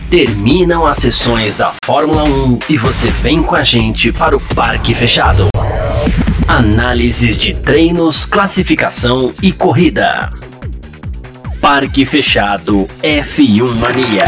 Terminam as sessões da Fórmula 1 e você vem com a gente para o Parque Fechado. Análises de treinos, classificação e corrida. Parque Fechado F1 Mania.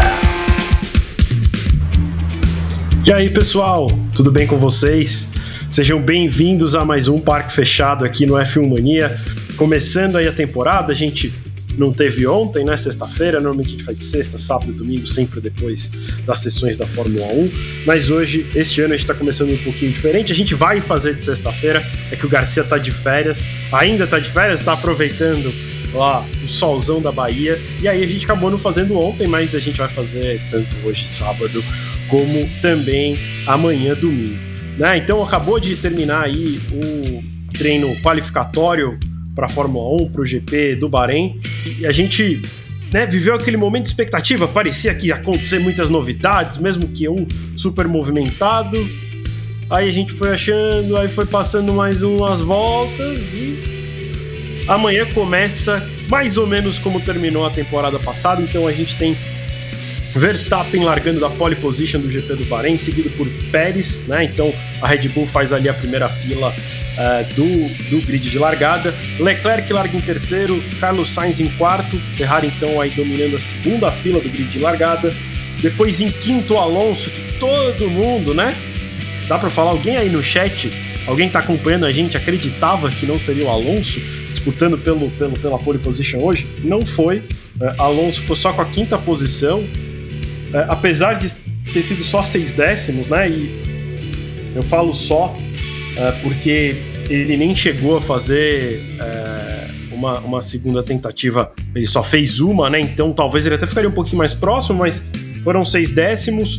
E aí, pessoal, tudo bem com vocês? Sejam bem-vindos a mais um Parque Fechado aqui no F1 Mania. Começando aí a temporada, a gente não teve ontem, né, sexta-feira, normalmente a gente faz de sexta, sábado e domingo, sempre depois das sessões da Fórmula 1, mas hoje, este ano, a gente tá começando um pouquinho diferente, a gente vai fazer de sexta-feira, é que o Garcia tá de férias, ainda tá de férias, tá aproveitando lá o solzão da Bahia, e aí a gente acabou não fazendo ontem, mas a gente vai fazer tanto hoje, sábado, como também amanhã, domingo, né? Então acabou de terminar aí o treino qualificatório para a Fórmula 1, para o GP do Bahrein, e a gente, né, viveu aquele momento de expectativa, parecia que ia acontecer muitas novidades, mesmo que um super movimentado, aí a gente foi achando, aí foi passando mais umas voltas e amanhã começa mais ou menos como terminou a temporada passada, então a gente tem Verstappen largando da pole position do GP do Bahrein, seguido por Pérez, né? Então a Red Bull faz ali a primeira fila do grid de largada. Leclerc larga em terceiro, Carlos Sainz em quarto, Ferrari então aí dominando a segunda fila do grid de largada. Depois em quinto, Alonso, que todo mundo, né? Dá pra falar, alguém aí no chat, alguém que tá acompanhando a gente, acreditava que não seria o Alonso disputando pela pole position hoje? Não foi. Alonso ficou só com a quinta posição. Apesar de ter sido só 6 décimos, né? E eu falo só porque ele nem chegou a fazer uma segunda tentativa, ele só fez uma, né? Então talvez ele até ficaria um pouquinho mais próximo, mas foram 6 décimos.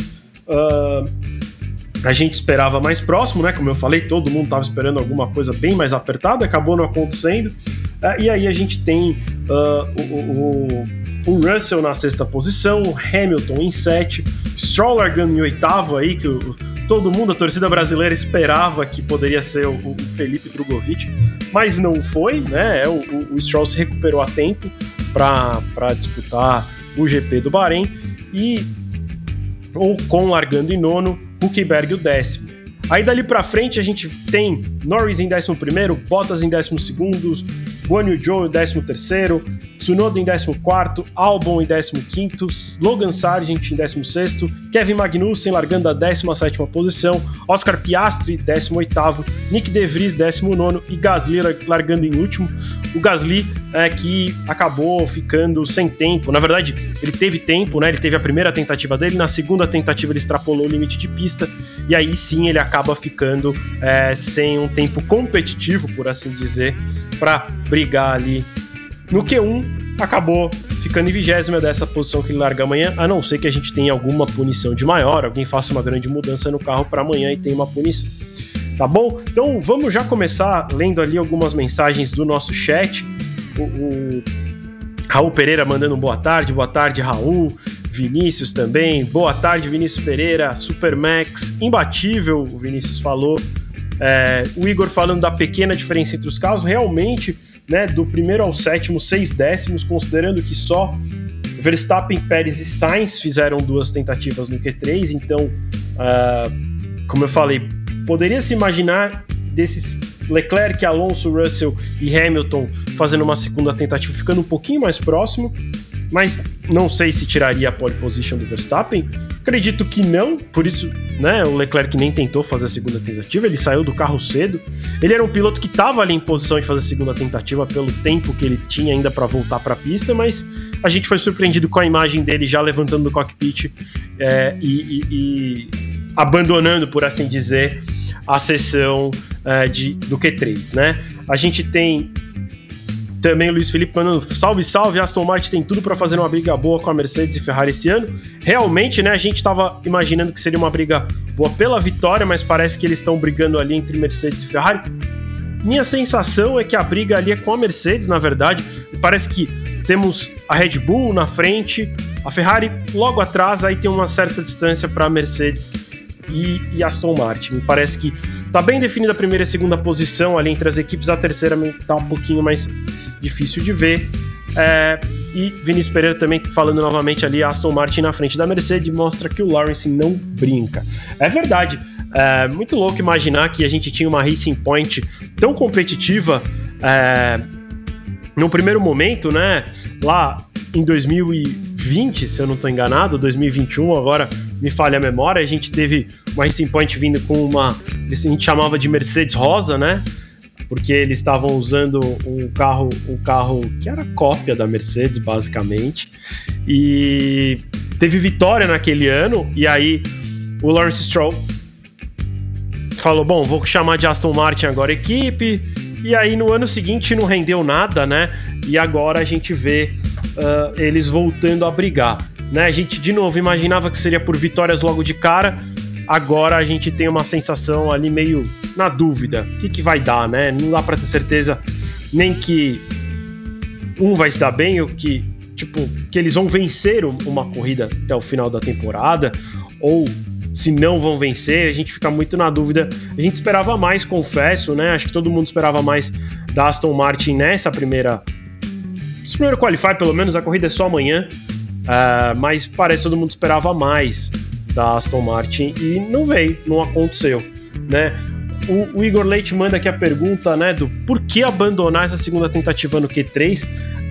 A gente esperava mais próximo, né? Como eu falei, todo mundo estava esperando alguma coisa bem mais apertada, acabou não acontecendo. E aí a gente tem o Russell na sexta posição, o Hamilton em 7, Stroll largando em 8º aí, que todo mundo, a torcida brasileira esperava que poderia ser o Felipe Drugovich, mas não foi, né? O Stroll se recuperou a tempo para disputar o GP do Bahrein, e o Ocon largando em 9º, Hülkenberg o 10º. Aí dali pra frente a gente tem Norris em 11º, Bottas em 12º, Guan Yu Zhou em 13º, Tsunoda em 14º, Albon em 15º, Logan Sargent em 16º, Kevin Magnussen largando a 17ª posição, Oscar Piastri 18º, Nick De Vries 19º e Gasly largando em último. O Gasly que acabou ficando sem tempo, na verdade ele teve tempo, né? Ele teve a primeira tentativa dele, na segunda tentativa ele extrapolou o limite de pista e aí sim ele acaba ficando sem um tempo competitivo, por assim dizer, para brigar ali no Q1, acabou ficando em 20º dessa posição que ele larga amanhã, a não ser que a gente tenha alguma punição de maior, alguém faça uma grande mudança no carro para amanhã e tenha uma punição. Tá bom? Então vamos já começar lendo ali algumas mensagens do nosso chat. O Raul Pereira mandando boa tarde Raul, Vinícius também, boa tarde Vinícius Pereira, Supermax, imbatível, o Vinícius falou. O Igor falando da pequena diferença entre os carros, realmente, né, do primeiro ao sétimo, 6 décimos, considerando que só Verstappen, Pérez e Sainz fizeram 2 tentativas no Q3, então, como eu falei, poderia se imaginar desses Leclerc, Alonso, Russell e Hamilton fazendo uma segunda tentativa, ficando um pouquinho mais próximo, mas não sei se tiraria a pole position do Verstappen, acredito que não, por isso, né, o Leclerc nem tentou fazer a segunda tentativa, ele saiu do carro cedo, ele era um piloto que estava ali em posição de fazer a segunda tentativa pelo tempo que ele tinha ainda para voltar para a pista, mas a gente foi surpreendido com a imagem dele já levantando do cockpit e abandonando, por assim dizer, a sessão do Q3, né? A gente tem também o Luiz Felipe mandando salve, Aston Martin tem tudo para fazer uma briga boa com a Mercedes e Ferrari esse ano. Realmente, né, a gente estava imaginando que seria uma briga boa pela vitória, mas parece que eles estão brigando ali entre Mercedes e Ferrari. Minha sensação é que a briga ali é com a Mercedes, na verdade. Parece que temos a Red Bull na frente, a Ferrari logo atrás, aí tem uma certa distância para a Mercedes e Aston Martin. Me parece que tá bem definida a primeira e segunda posição ali entre as equipes, a terceira tá um pouquinho mais difícil de ver. E Vinícius Pereira também falando novamente ali, Aston Martin na frente da Mercedes mostra que o Lawrence não brinca. É verdade, é muito louco imaginar que a gente tinha uma Racing Point tão competitiva no primeiro momento, né? Lá em 2020, se eu não estou enganado, 2021, agora me falha a memória, a gente teve uma Racing Point vindo com a gente chamava de Mercedes Rosa, né? Porque eles estavam usando um carro que era cópia da Mercedes, basicamente. E teve vitória naquele ano, e aí o Lawrence Stroll falou, bom, vou chamar de Aston Martin agora equipe, e aí no ano seguinte não rendeu nada, né? E agora a gente vê eles voltando a brigar, né? A gente, de novo, imaginava que seria por vitórias logo de cara. Agora a gente tem uma sensação ali meio na dúvida. O que vai dar, né? Não dá pra ter certeza nem que um vai se dar bem, ou que eles vão vencer uma corrida até o final da temporada, ou se não vão vencer, a gente fica muito na dúvida. A gente esperava mais, confesso, né? Acho que todo mundo esperava mais da Aston Martin nesse primeiro qualify, pelo menos. A corrida é só amanhã, mas parece que todo mundo esperava mais da Aston Martin e não veio, não aconteceu, né? O Igor Leite manda aqui a pergunta, né, do por que abandonar essa segunda tentativa no Q3.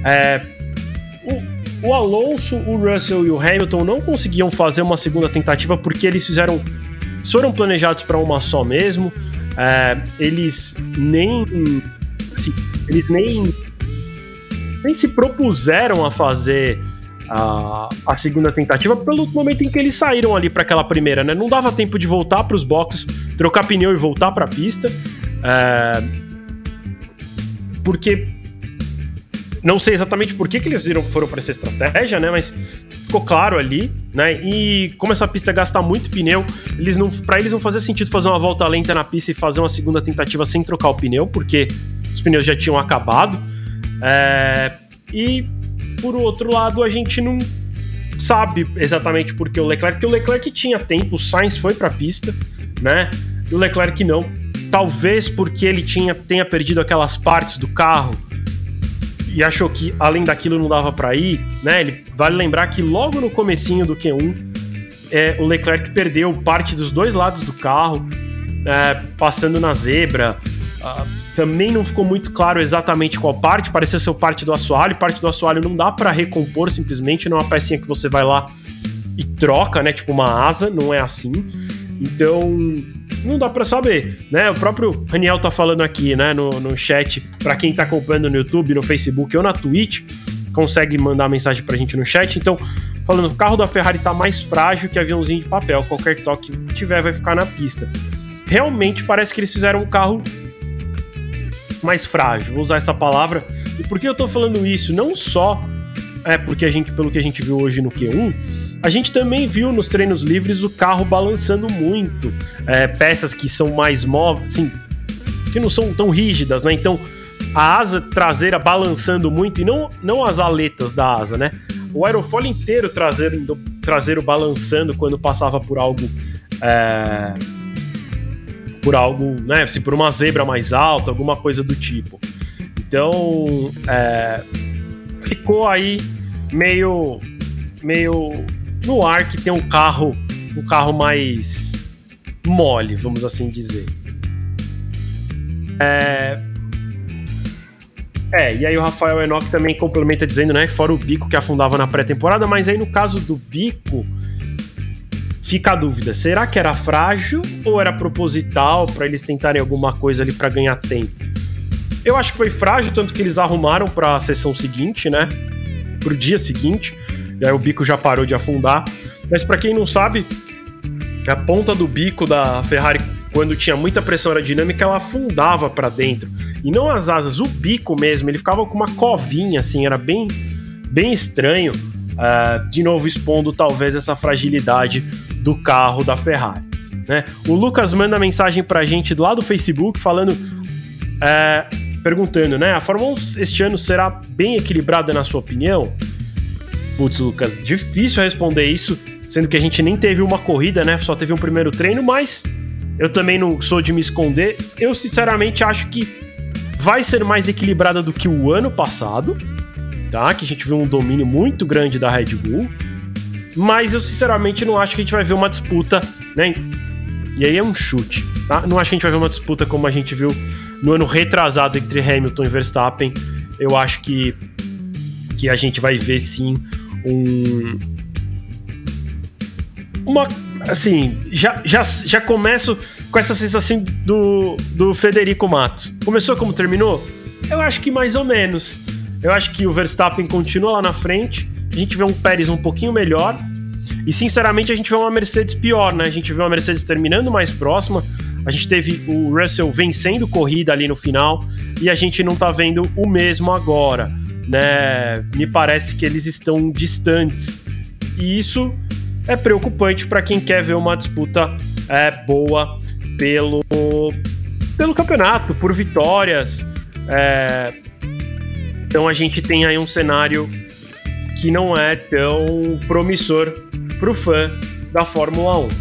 O Alonso, o Russell e o Hamilton não conseguiam fazer uma segunda tentativa porque eles foram planejados para uma só mesmo. Eles nem se propuseram a fazer a segunda tentativa pelo momento em que eles saíram ali para aquela primeira, né? Não dava tempo de voltar para os boxes, trocar pneu e voltar para a pista, porque não sei exatamente por que eles foram para essa estratégia, né? Mas ficou claro ali, né? E como essa pista gasta muito pneu, para eles não fazia sentido fazer uma volta lenta na pista e fazer uma segunda tentativa sem trocar o pneu, porque os pneus já tinham acabado. E por outro lado, a gente não sabe exatamente por que o Leclerc tinha tempo, o Sainz foi para a pista, né? E o Leclerc não. Talvez porque ele tenha perdido aquelas partes do carro e achou que além daquilo não dava para ir, né? Vale lembrar que logo no comecinho do Q1, o Leclerc perdeu parte dos dois lados do carro, passando na zebra. Também não ficou muito claro exatamente qual parte, pareceu ser parte do assoalho. Parte do assoalho não dá para recompor simplesmente, não é uma pecinha que você vai lá e troca, né? Tipo uma asa, não é assim. Então, não dá para saber, né? O próprio Raniel tá falando aqui, né, no chat, para quem tá acompanhando no YouTube, no Facebook ou na Twitch, consegue mandar mensagem pra gente no chat. Então, falando, o carro da Ferrari tá mais frágil que aviãozinho de papel, qualquer toque que tiver vai ficar na pista. Realmente parece que eles fizeram um carro mais frágil, vou usar essa palavra. E por que eu tô falando isso? Não só porque pelo que a gente viu hoje no Q1, a gente também viu nos treinos livres o carro balançando muito, peças que são mais móveis, assim, que não são tão rígidas, né? Então, a asa traseira balançando muito, e não as aletas da asa, né? O aerofólio inteiro traseiro balançando quando passava por algo, né, assim, por uma zebra mais alta, alguma coisa do tipo. Então, ficou aí meio no ar que tem um carro mais mole, vamos assim dizer. E aí o Rafael Enoch também complementa dizendo, né, fora o bico que afundava na pré-temporada, mas aí no caso do bico, fica a dúvida, será que era frágil ou era proposital para eles tentarem alguma coisa ali para ganhar tempo? Eu acho que foi frágil, tanto que eles arrumaram para a sessão seguinte, né, pro dia seguinte, e aí o bico já parou de afundar. Mas para quem não sabe, a ponta do bico da Ferrari, quando tinha muita pressão aerodinâmica, ela afundava para dentro. E não as asas, o bico mesmo, ele ficava com uma covinha, assim, era bem, bem estranho. De novo, expondo talvez essa fragilidade do carro da Ferrari, né? O Lucas manda mensagem pra gente lá do Facebook, falando, perguntando, né, a Fórmula 1 este ano será bem equilibrada na sua opinião? Putz, Lucas, difícil responder isso, sendo que a gente nem teve uma corrida, né? Só teve um primeiro treino, mas eu também não sou de me esconder. Eu, sinceramente, acho que vai ser mais equilibrada do que o ano passado, tá? Que a gente viu um domínio muito grande da Red Bull, mas eu sinceramente não acho que a gente vai ver uma disputa, né? E aí é um chute, tá? Não acho que a gente vai ver uma disputa como a gente viu no ano retrasado entre Hamilton e Verstappen. Eu acho que a gente vai ver sim assim, já começo com essa sensação do Federico Matos. Começou como terminou? Eu acho que mais ou menos. Eu acho que o Verstappen continua lá na frente, a gente vê um Pérez um pouquinho melhor, e sinceramente a gente vê uma Mercedes pior, né? A gente vê uma Mercedes terminando mais próxima, a gente teve o Russell vencendo corrida ali no final, e a gente não tá vendo o mesmo agora, né? Me parece que eles estão distantes, e isso é preocupante para quem quer ver uma disputa boa pelo campeonato, por vitórias. Então a gente tem aí um cenário que não é tão promissor pro fã da Fórmula 1.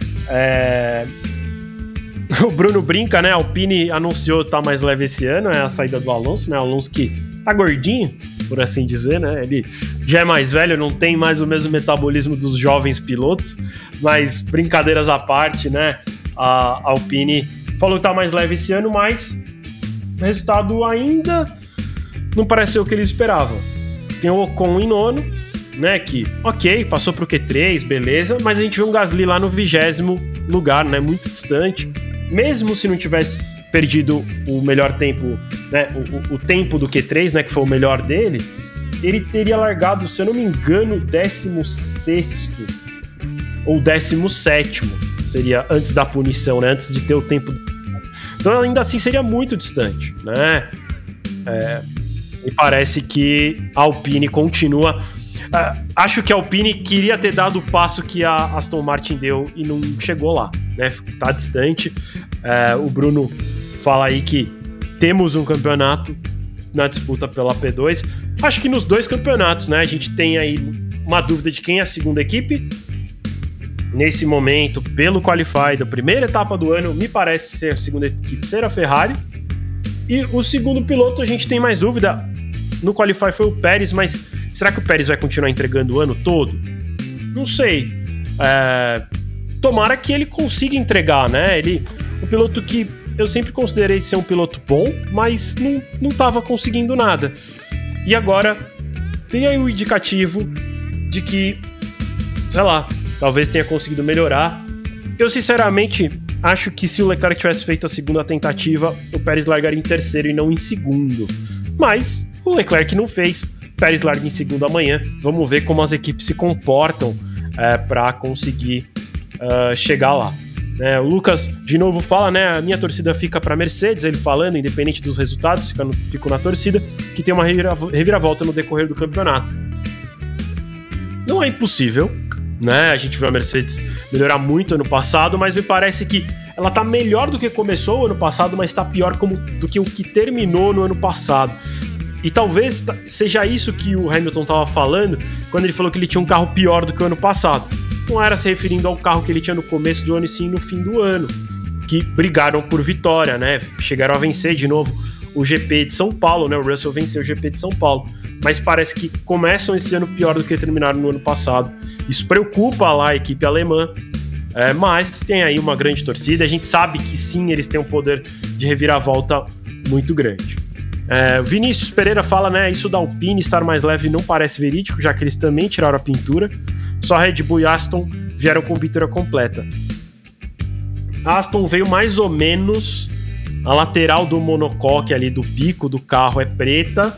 O Bruno brinca, né? A Alpine anunciou estar mais leve esse ano, é a saída do Alonso, né? O Alonso que tá gordinho, por assim dizer, né? Ele já é mais velho, não tem mais o mesmo metabolismo dos jovens pilotos, mas brincadeiras à parte, né? A Alpine falou que tá mais leve esse ano, mas o resultado ainda não parece ser o que eles esperavam. Tem o Ocon em nono, né? Que, ok, passou pro Q3, beleza, mas a gente vê um Gasly lá no 20º lugar, né? Muito distante. Mesmo se não tivesse perdido o melhor tempo, né? O tempo do Q3, né? Que foi o melhor dele, ele teria largado, se eu não me engano, 16º ou 17º. Seria antes da punição, né? Antes de ter o tempo. Então, ainda assim, seria muito distante, né? Me parece que a Alpine continua... acho que a Alpine queria ter dado o passo que a Aston Martin deu e não chegou lá, né? Tá distante. O Bruno fala aí que temos um campeonato na disputa pela P2. Acho que nos dois campeonatos, né? A gente tem aí uma dúvida de quem é a segunda equipe. Nesse momento, pelo Qualify da primeira etapa do ano, me parece ser a segunda equipe ser a Ferrari. E o segundo piloto a gente tem mais dúvida. No Qualify foi o Pérez, mas será que o Pérez vai continuar entregando o ano todo? Não sei. Tomara que ele consiga entregar, né? O piloto que eu sempre considerei ser um piloto bom, mas não estava conseguindo nada. E agora tem aí o indicativo de que, sei lá, talvez tenha conseguido melhorar. Eu, sinceramente, acho que se o Leclerc tivesse feito a segunda tentativa, o Pérez largaria em terceiro e não em segundo. Mas o Leclerc não fez. Pérez larga em segundo amanhã. Vamos ver como as equipes se comportam para conseguir chegar lá. O Lucas, de novo, fala, né? A minha torcida fica para Mercedes, ele falando, independente dos resultados, fico na torcida, que tem uma reviravolta no decorrer do campeonato. Não é impossível, né? A gente viu a Mercedes melhorar muito ano passado, mas me parece que ela tá melhor do que começou o ano passado, mas tá pior do que o que terminou no ano passado. E talvez seja isso que o Hamilton tava falando quando ele falou que ele tinha um carro pior do que o ano passado. Não era se referindo ao carro que ele tinha no começo do ano, e sim no fim do ano, que brigaram por vitória, né? Chegaram a vencer de novo o GP de São Paulo, né? O Russell venceu o GP de São Paulo, mas parece que começam esse ano pior do que terminaram no ano passado. Isso preocupa lá a equipe alemã, mas tem aí uma grande torcida. A gente sabe que sim, eles têm um poder de reviravolta muito grande. Vinícius Pereira fala, né? Isso da Alpine estar mais leve não parece verídico, já que eles também tiraram a pintura. Só Red Bull e Aston vieram com pintura completa. A Aston veio mais ou menos, a lateral do monocoque ali, do bico do carro é preta.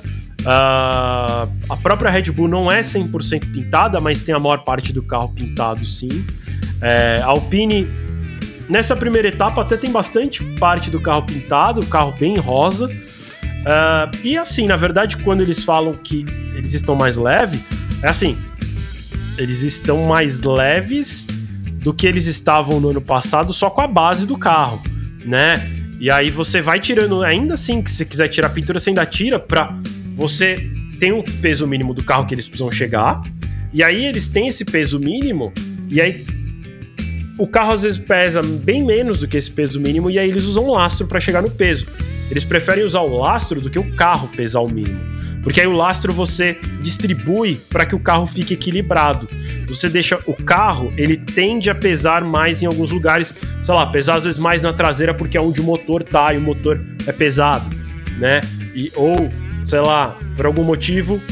A própria Red Bull não é 100% pintada, mas tem a maior parte do carro pintado, sim. A Alpine, nessa primeira etapa, até tem bastante parte do carro pintado, o carro bem rosa. E assim, na verdade, quando eles falam que eles estão mais leves, é assim... Eles estão mais leves do que eles estavam no ano passado, só com a base do carro, né? E aí você vai tirando, ainda assim, que se quiser tirar a pintura, você ainda tira pra você ter um peso mínimo do carro que eles precisam chegar, e aí eles têm esse peso mínimo, e aí o carro às vezes pesa bem menos do que esse peso mínimo, e aí eles usam um lastro para chegar no peso. Eles preferem usar o lastro do que o carro pesar o mínimo, Porque aí o lastro você distribui para que o carro fique equilibrado. Você deixa o carro, ele tende a pesar mais em alguns lugares, sei lá, pesar às vezes mais na traseira porque é onde o motor tá e o motor é pesado, né? Ou, sei lá, por algum motivo,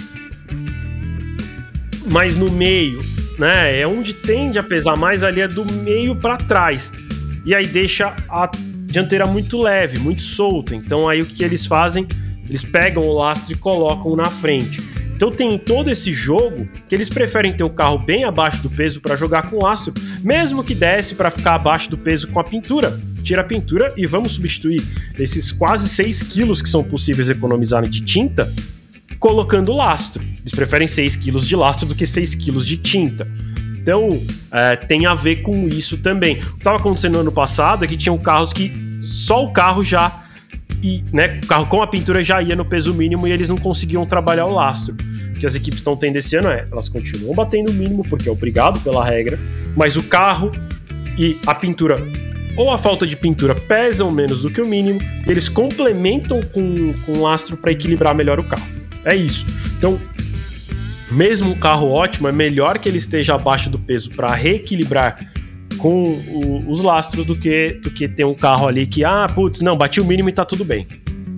mais no meio, né? É onde tende a pesar mais, ali é do meio para trás. E aí deixa a dianteira muito leve, muito solta. Então aí o que eles fazem? Eles pegam o lastro e colocam na frente. Então tem todo esse jogo que eles preferem ter o carro bem abaixo do peso para jogar com lastro, mesmo que desce para ficar abaixo do peso com a pintura. Tira a pintura e vamos substituir esses quase 6 quilos que são possíveis economizar de tinta colocando lastro. Eles preferem 6 quilos de lastro do que 6 quilos de tinta. Então tem a ver com isso também. O que estava acontecendo no ano passado é que tinham carros que só o carro já... o carro com a pintura já ia no peso mínimo e eles não conseguiam trabalhar o lastro. O que as equipes estão tendo esse ano elas continuam batendo o mínimo porque é obrigado pela regra, mas o carro e a pintura ou a falta de pintura pesam menos do que o mínimo e eles complementam com lastro para equilibrar melhor o carro. É isso. Então, mesmo um carro ótimo, é melhor que ele esteja abaixo do peso para reequilibrar com os lastros do que ter um carro ali que, bati o mínimo e tá tudo bem.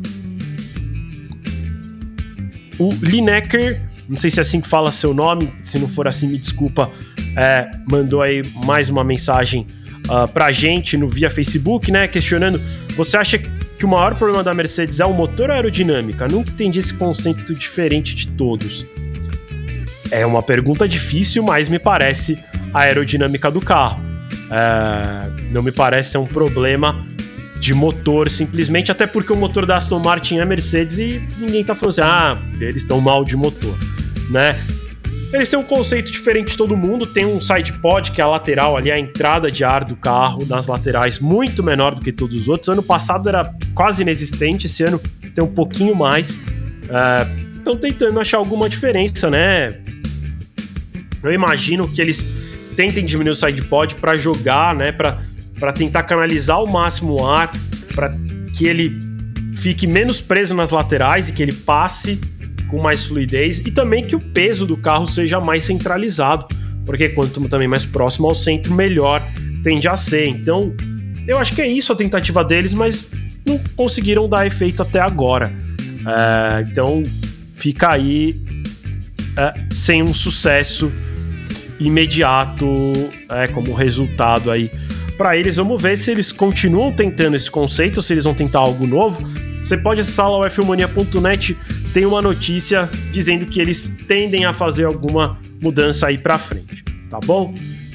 O Lineker, não sei se é assim que fala seu nome, se não for assim, me desculpa, mandou aí mais uma mensagem pra gente via Facebook, né, questionando, você acha que o maior problema da Mercedes é o motor ou a aerodinâmica? Nunca entendi esse conceito diferente de todos. É uma pergunta difícil, mas me parece a aerodinâmica do carro. Não me parece ser um problema de motor, simplesmente, até porque o motor da Aston Martin é Mercedes e ninguém tá falando assim, eles estão mal de motor, né? Eles têm um conceito diferente de todo mundo, tem um side pod, que é a lateral ali, a entrada de ar do carro nas laterais, muito menor do que todos os outros. Ano passado era quase inexistente, esse ano tem um pouquinho mais. Estão tentando achar alguma diferença, né? Eu imagino que eles tentem diminuir o side pod para jogar, né? Para tentar canalizar ao máximo o ar, para que ele fique menos preso nas laterais e que ele passe com mais fluidez, e também que o peso do carro seja mais centralizado, porque quanto também mais próximo ao centro, melhor tende a ser. Então, eu acho que é isso a tentativa deles, mas não conseguiram dar efeito até agora. Então, fica aí sem um sucesso imediato como resultado aí para eles. Vamos ver se eles continuam tentando esse conceito, se eles vão tentar algo novo. Você pode acessar lá o F1mania.net, tem uma notícia dizendo que eles tendem a fazer alguma mudança aí pra frente, tá bom?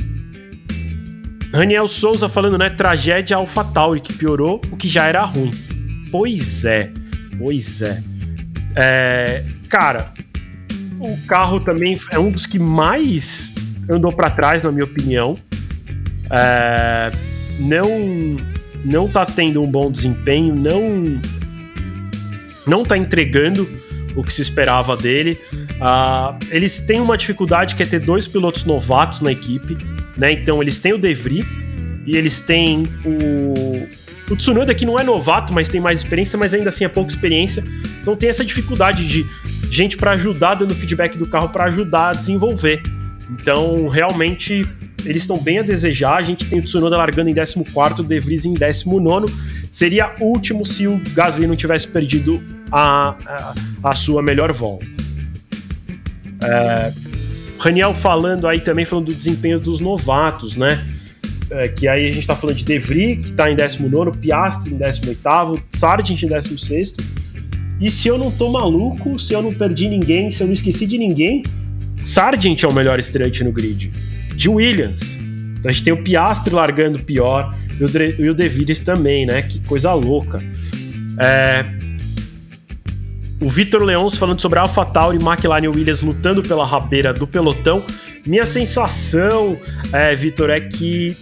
Raniel Souza falando, né, tragédia AlphaTauri, que piorou o que já era ruim. Pois é. Cara, o carro também é um dos que mais andou pra trás, na minha opinião. Não tá tendo um bom desempenho, não tá entregando o que se esperava dele. Eles têm uma dificuldade que é ter 2 pilotos novatos na equipe, né? Então eles têm o De Vries e eles têm o Tsunoda, que não é novato, mas tem mais experiência, mas ainda assim é pouca experiência. Então tem essa dificuldade de gente para ajudar, dando feedback do carro para ajudar a desenvolver. Então realmente eles estão bem a desejar. A gente tem o Tsunoda largando em 14º, o De Vries em 19º. Seria último se o Gasly não tivesse perdido a sua melhor volta. Raniel falando aí também, falando do desempenho dos novatos, né? Que aí a gente tá falando de De Vries, que tá em 19º, Piastri em 18º, Sargent em 16º. E se eu não tô maluco, se eu não perdi ninguém, se eu não esqueci de ninguém, Sargent é o melhor estreante no grid, de Williams. Então a gente tem o Piastri largando pior e o De Vries também, né? Que coisa louca. O Vitor Leões falando sobre a AlphaTauri, McLaren e Williams lutando pela rabeira do pelotão. Minha sensação, Vitor, é que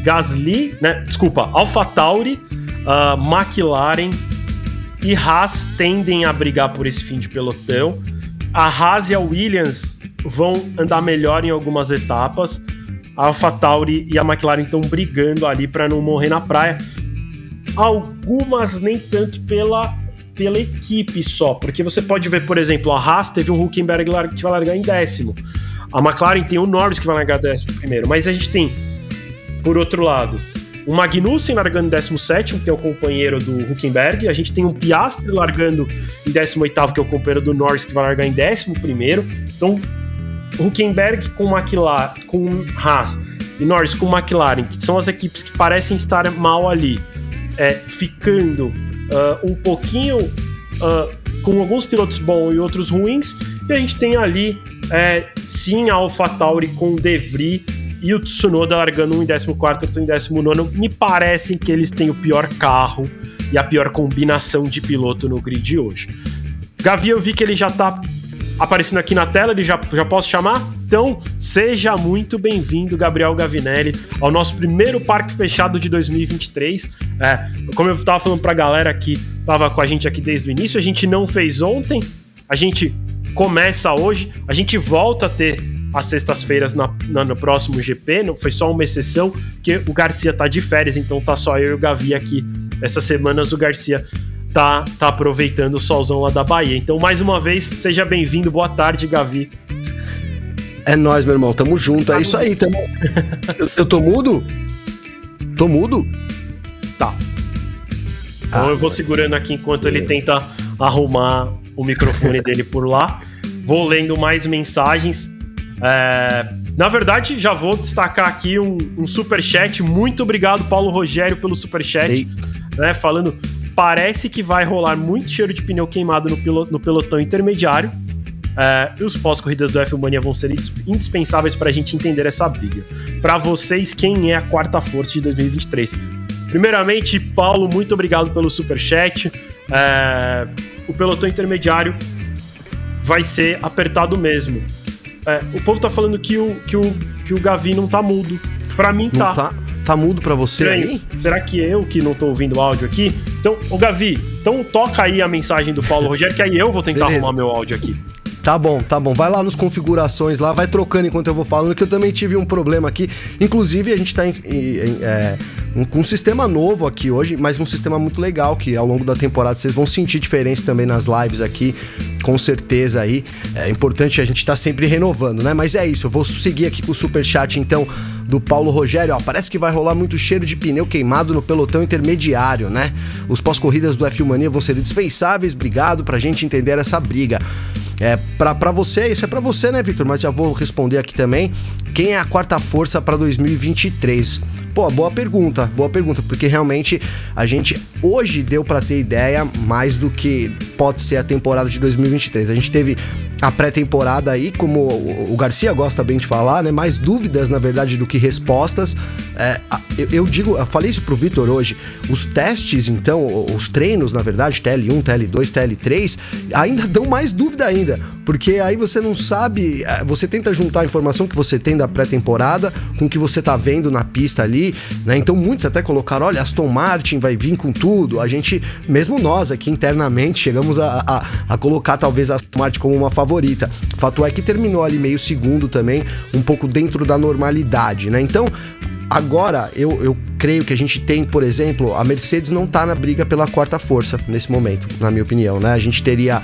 AlphaTauri, McLaren e Haas tendem a brigar por esse fim de pelotão. A Haas e a Williams vão andar melhor em algumas etapas. A AlphaTauri e a McLaren estão brigando ali para não morrer na praia. Algumas nem tanto pela pela equipe só, porque você pode ver, por exemplo, a Haas teve um Hülkenberg que vai largar em 10º, a McLaren tem o Norris que vai largar 11º, mas a gente tem, por outro lado, o Magnussen largando em 17º, que é o companheiro do Hülkenberg, a gente tem um Piastri largando em 18º, que é o companheiro do Norris, que vai largar em 11º, então Hülkenberg com McLaren, com Haas e Norris com McLaren, que são as equipes que parecem estar mal ali, ficando um pouquinho com alguns pilotos bons e outros ruins, e a gente tem ali sim a AlphaTauri com o De Vries e o Tsunoda largando um em 14º, outro em 19º. Me parece que eles têm o pior carro e a pior combinação de piloto no grid hoje. Gavi, eu vi que ele já tá aparecendo aqui na tela, ele já posso chamar? Então, seja muito bem-vindo, Gabriel Gavinelli, ao nosso primeiro Parque Fechado de 2023. Como eu tava falando pra galera que tava com a gente aqui desde o início, a gente não fez ontem, a gente começa hoje, a gente volta a ter às sextas-feiras no próximo GP, não foi só uma exceção, porque o Garcia tá de férias, então tá só eu e o Gavi aqui. Essas semanas o Garcia tá aproveitando o solzão lá da Bahia. Então, mais uma vez, seja bem-vindo. Boa tarde, Gavi. É nóis, meu irmão. Tamo junto. É isso aí. Eu tô mudo? Tô mudo? Tá. Então eu vou segurando aqui enquanto ele tenta arrumar o microfone dele por lá. Vou lendo mais mensagens. Na verdade, já vou destacar aqui um superchat. Muito obrigado, Paulo Rogério, pelo superchat. Falando... Parece que vai rolar muito cheiro de pneu queimado no pelotão intermediário. E os pós-corridas do F1 Mania vão ser indispensáveis para a gente entender essa briga. Para vocês, quem é a quarta força de 2023? Primeiramente, Paulo, muito obrigado pelo superchat. O pelotão intermediário vai ser apertado mesmo. O povo tá falando que o Gavi não tá mudo. Para mim tá. Tá mudo pra você aí? Será que eu que não tô ouvindo o áudio aqui? Então, Gavi, toca aí a mensagem do Paulo Rogério, que aí eu vou tentar arrumar meu áudio aqui. Tá bom. Vai lá nos configurações lá, vai trocando enquanto eu vou falando, que eu também tive um problema aqui. Inclusive, a gente tá com um sistema novo aqui hoje, mas um sistema muito legal, que ao longo da temporada vocês vão sentir diferença também nas lives aqui, com certeza aí. É importante a gente tá sempre renovando, né? Mas é isso, eu vou seguir aqui com o superchat, então, do Paulo Rogério. Parece que vai rolar muito cheiro de pneu queimado no pelotão intermediário, né? Os pós-corridas do F1 Mania vão ser dispensáveis, obrigado, pra gente entender essa briga. Pra você, isso é pra você, né, Victor? Mas já vou responder aqui também. Quem é a quarta força pra 2023? Pô, boa pergunta, porque realmente a gente hoje deu pra ter ideia mais do que pode ser a temporada de 2023. A gente teve a pré-temporada aí, como o Garcia gosta bem de falar, né? Mais dúvidas, na verdade, do que respostas. Eu falei isso pro Victor hoje, os testes, então, os treinos, na verdade, TL1, TL2, TL3, ainda dão mais dúvida ainda, porque aí você não sabe, você tenta juntar a informação que você tem da pré-temporada com o que você tá vendo na pista ali, né? Então muitos até colocaram, olha, Aston Martin vai vir com tudo, a gente, mesmo nós aqui internamente, chegamos a colocar talvez a Aston Martin como uma favorita. Fato é que terminou ali meio segundo também, um pouco dentro da normalidade, né? Então, agora, eu creio que a gente tem, por exemplo, a Mercedes não tá na briga pela quarta força nesse momento, na minha opinião, né? A gente teria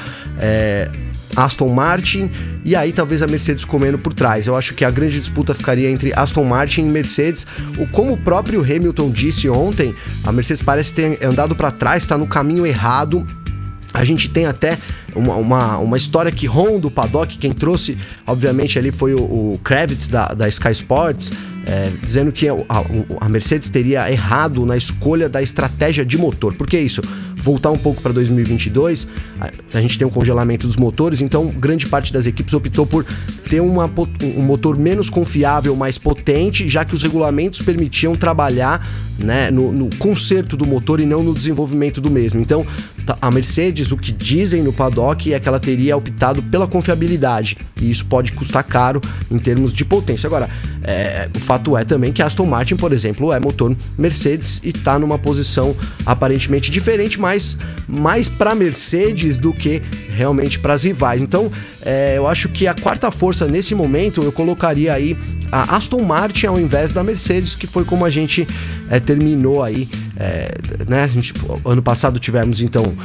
Aston Martin e aí talvez a Mercedes comendo por trás. Eu acho que a grande disputa ficaria entre Aston Martin e Mercedes. Como o próprio Hamilton disse ontem, a Mercedes parece ter andado para trás, tá no caminho errado. A gente tem até uma história que ronda o paddock. Quem trouxe, obviamente, ali foi o Kravitz da Sky Sports, dizendo que a Mercedes teria errado na escolha da estratégia de motor. Por que isso? Voltar um pouco para 2022, a gente tem um congelamento dos motores, então grande parte das equipes optou por ter um motor menos confiável, mais potente, já que os regulamentos permitiam trabalhar, né, no conserto do motor e não no desenvolvimento do mesmo. Então, a Mercedes, o que dizem no paddock é que ela teria optado pela confiabilidade, e isso pode custar caro em termos de potência. Agora, o fato é também que a Aston Martin, por exemplo, é motor Mercedes e está numa posição aparentemente diferente, mas mais para Mercedes do que realmente para as rivais. Então, eu acho que a quarta força nesse momento eu colocaria aí a Aston Martin ao invés da Mercedes, que foi como a gente terminou aí, né? Ano passado tivemos então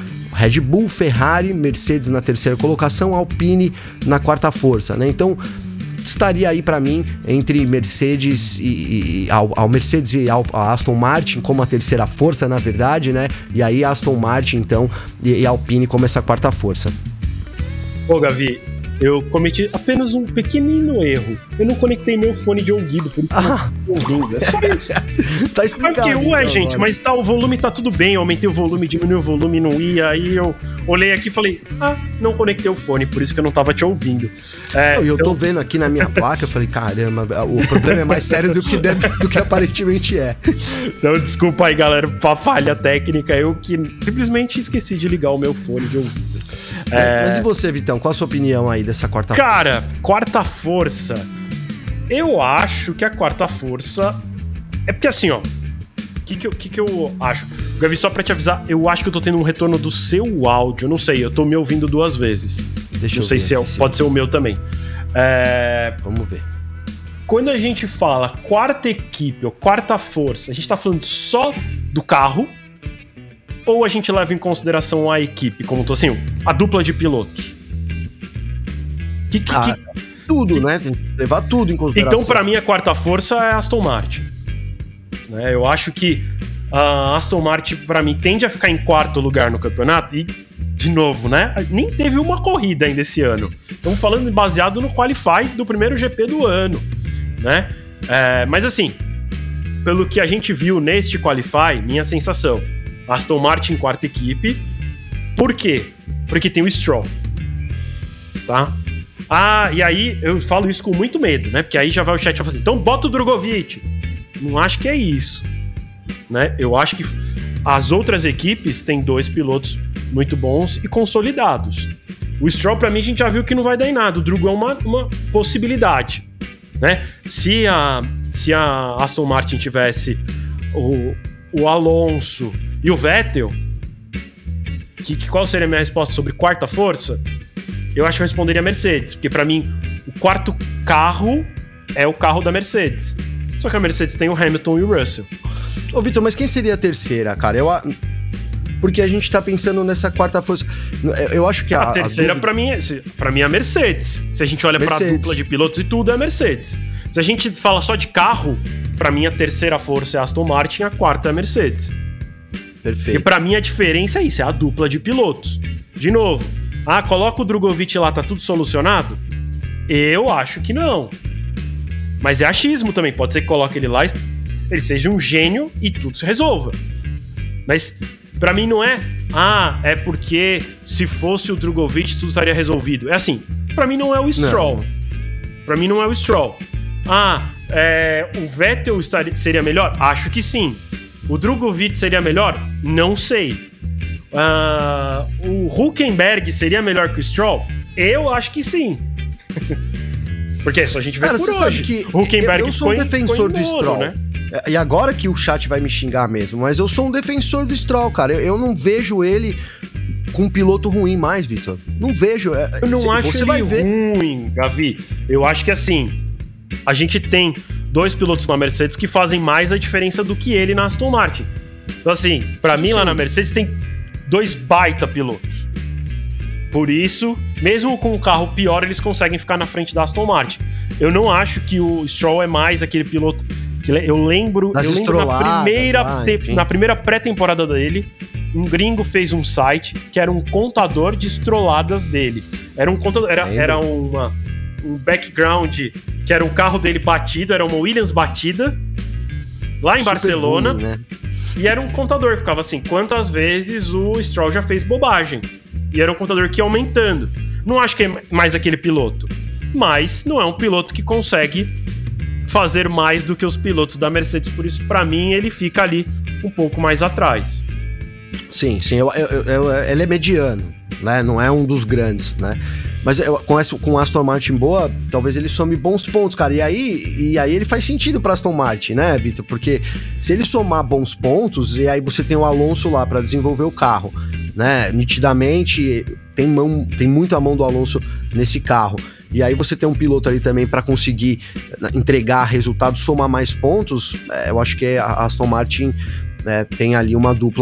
Red Bull, Ferrari, Mercedes na terceira colocação, Alpine na quarta força, né? Então estaria aí para mim entre Mercedes a Mercedes e a Aston Martin como a terceira força, na verdade, né? E aí Aston Martin, então, e a Alpine como essa quarta força. Ô, Gavi, eu cometi apenas um pequenino erro. Eu não conectei meu fone de ouvido, por isso eu não tô ouvindo. É só isso. Tá explicado. Porque, gente, mas tá, o volume tá tudo bem. Eu aumentei o volume, diminui o volume, não ia. Aí eu olhei aqui e falei, não conectei o fone, por isso que eu não tava te ouvindo. Eu tô vendo aqui na minha placa, eu falei, caramba, o problema é mais sério do que aparentemente é. Então, desculpa aí, galera, pra falha técnica. Eu que simplesmente esqueci de ligar o meu fone de ouvido. Mas e você, Vitão? Qual a sua opinião aí dessa quarta força? Cara, quarta força. Eu acho que a quarta força... É porque assim, ó... O que eu acho? Gavi, só pra te avisar, eu acho que eu tô tendo um retorno do seu áudio. Eu não sei, eu tô me ouvindo 2 vezes. Deixa não eu sei ver se pode ser o meu também. Vamos ver. Quando a gente fala quarta equipe ou quarta força, a gente tá falando só do carro... Ou a gente leva em consideração a equipe, como tô assim, a dupla de pilotos? Tudo, né? Tem que levar tudo em consideração. Então, pra mim, a quarta força é a Aston Martin. Né? Eu acho que a Aston Martin, pra mim, tende a ficar em quarto lugar no campeonato. E, de novo, né? Nem teve uma corrida ainda esse ano. Estamos falando baseado no Qualify do primeiro GP do ano, né? Mas assim, pelo que a gente viu neste Qualify, minha sensação... Aston Martin, quarta equipe. Por quê? Porque tem o Stroll. Tá? E aí eu falo isso com muito medo, né? Porque aí já vai o chat e fala assim, então bota o Drogovic. Não acho que é isso. Né? Eu acho que as outras equipes têm 2 pilotos muito bons e consolidados. O Stroll, pra mim, a gente já viu que não vai dar em nada. O Drogo é uma possibilidade. Né? Se a Aston Martin tivesse o Alonso... E o Vettel, qual seria a minha resposta sobre quarta força? Eu acho que eu responderia Mercedes, porque pra mim o quarto carro é o carro da Mercedes. Só que a Mercedes tem o Hamilton e o Russell. Ô, Vitor, mas quem seria a terceira, cara? Porque a gente tá pensando nessa quarta força. Eu acho que a terceira, pra mim é a Mercedes. Se a gente olha pra dupla de pilotos e tudo, é a Mercedes. Se a gente fala só de carro, pra mim a terceira força é a Aston Martin e a quarta é a Mercedes. Perfeito. E pra mim a diferença é isso, é a dupla de pilotos. De novo, coloca o Drogovic lá, tá tudo solucionado? Eu acho que não. Mas é achismo também, pode ser que coloque ele lá, ele seja um gênio e tudo se resolva. Mas pra mim não é, é porque se fosse o Drogovic tudo estaria resolvido. É assim, pra mim não é o Stroll. Não. Pra mim não é o Stroll. O Vettel seria melhor? Acho que sim. O Drogovic seria melhor? Não sei. O Hülkenberg seria melhor que o Stroll? Eu acho que sim. Porque só a gente vê por hoje. Sabe que o Hülkenberg eu sou um defensor do Stroll, né? E agora que o chat vai me xingar mesmo, mas eu sou um defensor do Stroll, cara. Eu não vejo ele com um piloto ruim mais, Vitor. Não vejo. Eu não acho ele ruim, Gavi. Eu acho que assim, a gente tem 2 pilotos na Mercedes que fazem mais a diferença do que ele na Aston Martin. Então assim, pra mim lá na Mercedes tem 2 baita pilotos. Por isso, mesmo com um carro pior, eles conseguem ficar na frente da Aston Martin. Eu não acho que o Stroll é mais aquele piloto que eu lembro na primeira pré-temporada dele, um gringo fez um site que era um contador de estroladas dele. Era um contador, era um background que era um carro dele batido, era uma Williams batida, lá em Barcelona, bom, né? E era um contador, ficava assim, quantas vezes o Stroll já fez bobagem. E era um contador que ia aumentando. Não acho que é mais aquele piloto, mas não é um piloto que consegue fazer mais do que os pilotos da Mercedes, por isso, pra mim, ele fica ali um pouco mais atrás. Sim, ele é mediano, né? Não é um dos grandes, né? Mas com Aston Martin boa, talvez ele some bons pontos, cara. E aí ele faz sentido pra Aston Martin, né, Vitor? Porque se ele somar bons pontos, e aí você tem o Alonso lá pra desenvolver o carro, né? Nitidamente tem muito a mão do Alonso nesse carro. E aí você tem um piloto ali também pra conseguir entregar resultados, somar mais pontos. Eu acho que a Aston Martin tem ali uma dupla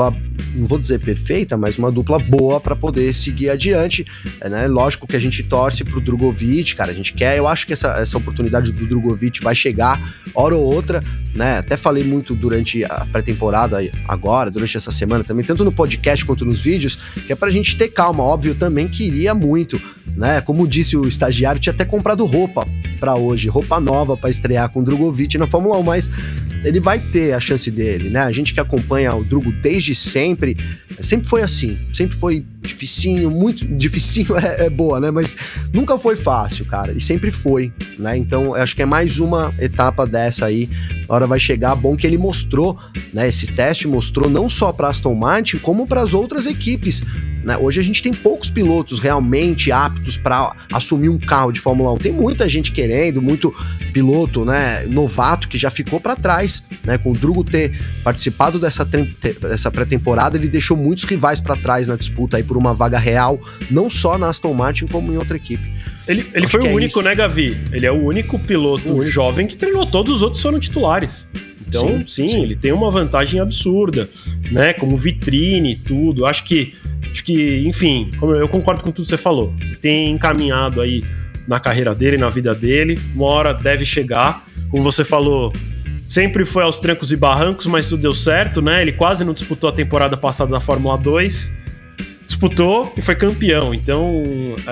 não vou dizer perfeita, mas uma dupla boa para poder seguir adiante, né? Lógico que a gente torce pro Drogovic, cara, a gente quer, eu acho que essa oportunidade do Drogovic vai chegar hora ou outra, né? Até falei muito durante a pré-temporada agora, durante essa semana também, tanto no podcast quanto nos vídeos, que é pra gente ter calma. Óbvio, também queria muito, né? Como disse o estagiário, tinha até comprado roupa pra hoje, roupa nova pra estrear com o Drogovic na Fórmula 1, mas ele vai ter a chance dele, né? A gente que acompanha o Drugo desde sempre foi assim, sempre foi dificinho, muito dificinho é boa, né? Mas nunca foi fácil, cara, e sempre foi, né? Então, eu acho que é mais uma etapa dessa aí, a hora vai chegar, bom que ele mostrou, né? Esse teste mostrou não só para Aston Martin, como para as outras equipes, né? Hoje a gente tem poucos pilotos realmente aptos para assumir um carro de Fórmula 1, tem muita gente querendo, muito piloto, né, novato que já ficou para trás, né? Com o Drugo ter participado dessa pré-temporada, ele deixou muitos rivais para trás na disputa aí por uma vaga real, não só na Aston Martin como em outra equipe. Ele foi o único, né, Gavi? Ele é o único piloto jovem que treinou, todos os outros foram titulares. Então, sim, ele tem uma vantagem absurda, né? Como vitrine e tudo. Acho que, enfim, eu concordo com tudo que você falou. Tem encaminhado aí na carreira dele, na vida dele. Uma hora deve chegar. Como você falou, sempre foi aos trancos e barrancos, mas tudo deu certo, né? Ele quase não disputou a temporada passada da Fórmula 2. Disputou e foi campeão. Então,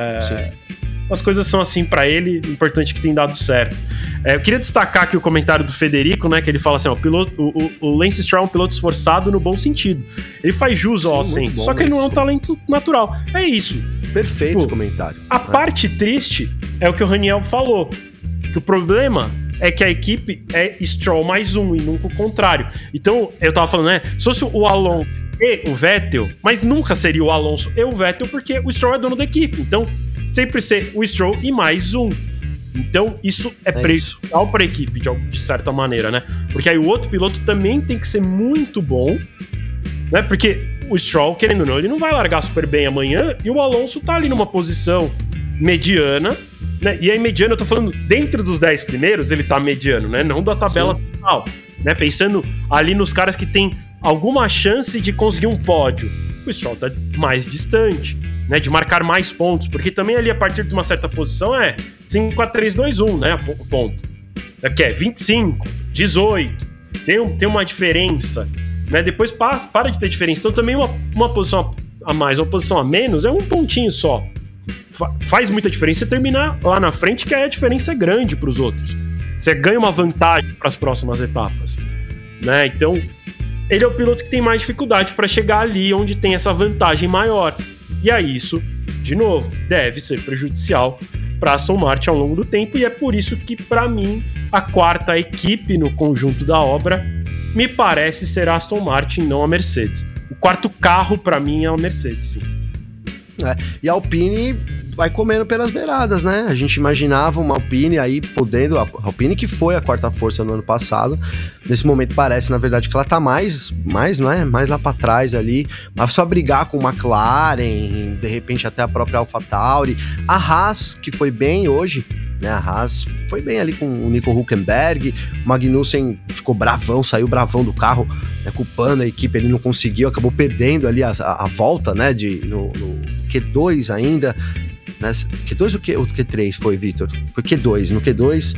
as coisas são assim pra ele, importante que tem dado certo. Eu queria destacar aqui o comentário do Federico, né, que ele fala assim, ó, o Lance Stroll é um piloto esforçado no bom sentido. Ele faz jus ao acento, só que ele não é um talento natural. É isso. Perfeito comentário. A parte triste é o que o Raniel falou, que o problema é que a equipe é Stroll mais um e nunca o contrário. Então, eu tava falando, né, se fosse o Alonso e o Vettel, mas nunca seria o Alonso e o Vettel, porque o Stroll é dono da equipe. Então, sempre ser o Stroll e mais um. Então, isso é prejudicial para a equipe, de certa maneira, né? Porque aí o outro piloto também tem que ser muito bom, né? Porque o Stroll, querendo ou não, ele não vai largar super bem amanhã e o Alonso tá ali numa posição mediana, né? E aí, mediana, eu tô falando dentro dos 10 primeiros, ele tá mediano, né? Não da tabela final, né? Pensando ali nos caras que tem alguma chance de conseguir um pódio. O Stroll tá mais distante, né, de marcar mais pontos, porque também ali a partir de uma certa posição é 5-4-3-2-1, né, o ponto. Que é 25, 18, tem uma diferença, né, depois para de ter diferença, então também uma posição a mais, uma posição a menos é um pontinho só. Faz muita diferença você terminar lá na frente, que aí a diferença é grande para os outros. Você ganha uma vantagem para as próximas etapas, né, então ele é o piloto que tem mais dificuldade para chegar ali onde tem essa vantagem maior. E aí isso, de novo, deve ser prejudicial para Aston Martin ao longo do tempo, e é por isso que, para mim, a quarta equipe no conjunto da obra me parece ser a Aston Martin, não a Mercedes. O quarto carro, para mim, é a Mercedes, sim. E a Alpine vai comendo pelas beiradas, né? A gente imaginava uma Alpine aí podendo... A Alpine que foi a quarta força no ano passado. Nesse momento parece, na verdade, que ela tá mais lá pra trás ali. Mas só brigar com McLaren, de repente até a própria AlphaTauri. A Haas, que foi bem hoje, né? A Haas foi bem ali com o Nico Hülkenberg. O Magnussen ficou bravão, saiu bravão do carro, né, culpando a equipe. Ele não conseguiu, acabou perdendo ali a volta, né? No Q2 ainda. Né? Q2 ou Q3 foi, Vitor? Foi Q2. No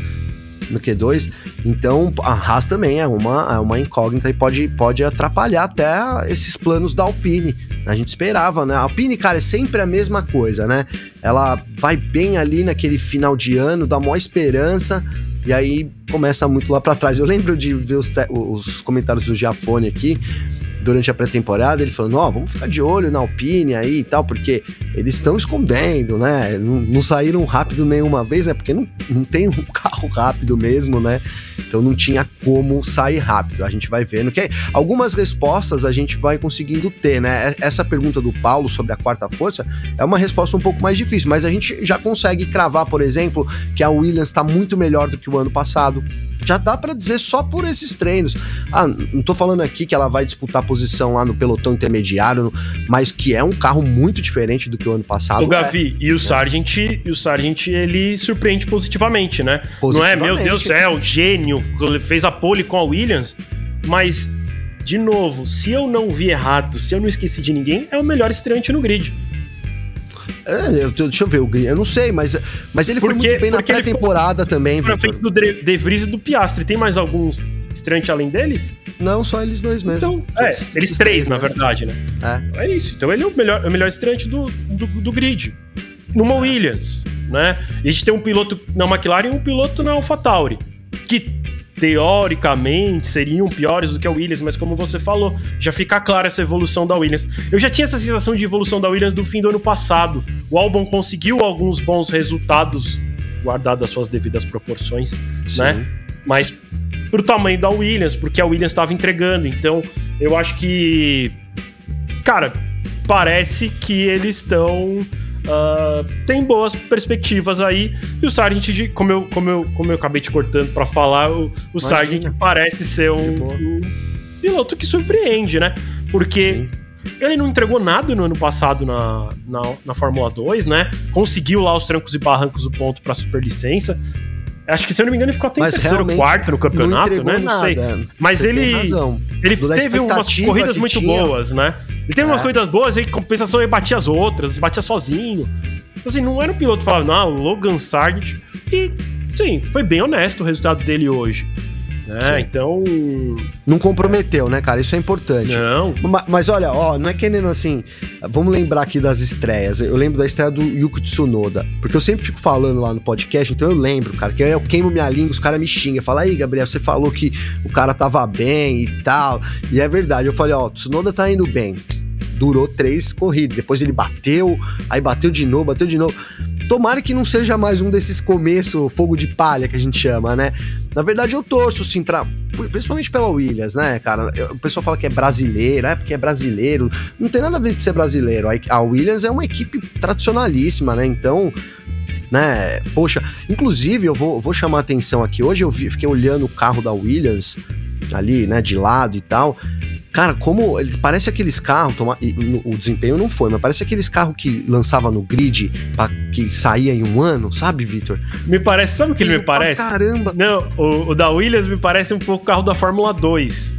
Q2. Então, a Haas também é uma incógnita e pode atrapalhar até esses planos da Alpine. A gente esperava, né? A Alpine, cara, é sempre a mesma coisa, né? Ela vai bem ali naquele final de ano, dá maior esperança, e aí começa muito lá pra trás. Eu lembro de ver os comentários do Giafone aqui, durante a pré-temporada, ele falando, vamos ficar de olho na Alpine aí e tal, porque eles estão escondendo, né? Não saíram rápido nenhuma vez, né? Porque não tem um carro rápido mesmo, né? Então não tinha como sair rápido. A gente vai vendo que algumas respostas a gente vai conseguindo ter, né? Essa pergunta do Paulo sobre a quarta força é uma resposta um pouco mais difícil, mas a gente já consegue cravar, por exemplo, que a Williams está muito melhor do que o ano passado. Já dá pra dizer só por esses treinos. Não tô falando aqui que ela vai disputar posição lá no pelotão intermediário, mas que é um carro muito diferente do que o ano passado. O Gavi, e o Sargent, ele surpreende positivamente, né? Não é, meu Deus do céu, gênio, fez a pole com a Williams, mas de novo, se eu não vi errado, se eu não esqueci de ninguém, é o melhor estreante no grid. Deixa eu ver o grid, eu não sei, mas ele foi muito bem na pré-temporada também, Vitor. Foi feito do De Vries e do Piastri. Tem mais alguns estreantes além deles? Não, só eles dois mesmo. Então, eles três, na verdade, né? É isso. Então ele é o melhor estreante do grid. Numa Williams, né? E a gente tem um piloto na McLaren e um piloto na AlphaTauri, que teoricamente seriam piores do que a Williams, mas como você falou, já fica clara essa evolução da Williams. Eu já tinha essa sensação de evolução da Williams do fim do ano passado. O Albon conseguiu alguns bons resultados, guardado as suas devidas proporções, né? Mas pro tamanho da Williams, porque a Williams estava entregando. Então, eu acho que, cara, parece que eles estão... tem boas perspectivas aí. E o Sargent, como eu acabei te cortando pra falar, o Sargent parece ser um piloto que surpreende, né? Porque ele não entregou nada no ano passado na Fórmula 2, né? Conseguiu lá os trancos e barrancos do ponto pra superlicença. Acho que, se eu não me engano, ele ficou até em terceiro ou quarto no campeonato, né? Não sei. Mas ele teve umas corridas muito boas, né? Ele teve umas corridas boas, aí em compensação ele batia as outras, batia sozinho. Então, assim, não era um piloto que falava, não, Logan Sargent. E, sim, foi bem honesto o resultado dele hoje. Né? Então... Não comprometeu, né, cara? Isso é importante. Não. Mas olha, não é querendo assim... Vamos lembrar aqui das estreias. Eu lembro da estreia do Yuki Tsunoda. Porque eu sempre fico falando lá no podcast, então eu lembro, cara, que eu queimo minha língua, os caras me xingam. Fala, aí, Gabriel, você falou que o cara tava bem e tal. E é verdade. Eu falei, Tsunoda tá indo bem. Durou 3 corridas. Depois ele bateu, aí bateu de novo. Tomara que não seja mais um desses começos fogo de palha que a gente chama, né? Na verdade, eu torço, sim, principalmente pela Williams, né, cara? O pessoal fala que é brasileiro, porque é brasileiro. Não tem nada a ver de ser brasileiro. A Williams é uma equipe tradicionalíssima, né? Então, né, poxa, inclusive, eu vou chamar a atenção aqui. Hoje eu fiquei olhando o carro da Williams ali, né, de lado e tal. Cara, como ele parece aqueles carros, o desempenho não foi, mas parece aqueles carros que lançava no grid, que saía em um ano, sabe, Vitor? Me parece, sabe o que ele me parece? Caramba! Não, o da Williams me parece um pouco o carro da Fórmula 2.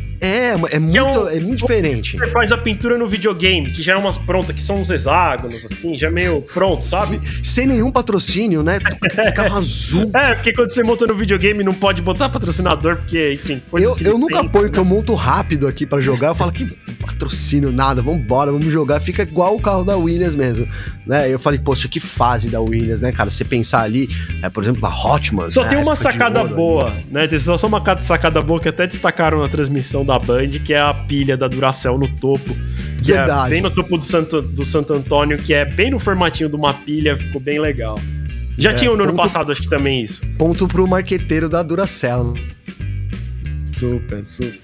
É muito diferente. Você faz a pintura no videogame, que já é umas prontas, que são uns hexágonos, assim, já meio pronto, sabe? Sem nenhum patrocínio, né? Carro azul. Porque quando você monta no videogame não pode botar patrocinador, porque, enfim... Eu nunca ponho, que eu monto rápido aqui pra jogar, eu falo que patrocínio nada, vambora, vamos jogar, fica igual o carro da Williams mesmo, né? Eu falei, poxa, que fase da Williams, né, cara? Você pensar ali, por exemplo, da Hotmans... Só tem uma sacada boa, né? Tem só uma sacada boa que até destacaram na transmissão da Band, que é a pilha da Duracell no topo. Que verdade. É bem no topo do Santo Antônio, que é bem no formatinho de uma pilha, ficou bem legal. Já tinha no ano passado, acho que também isso. Ponto pro marqueteiro da Duracell. Super.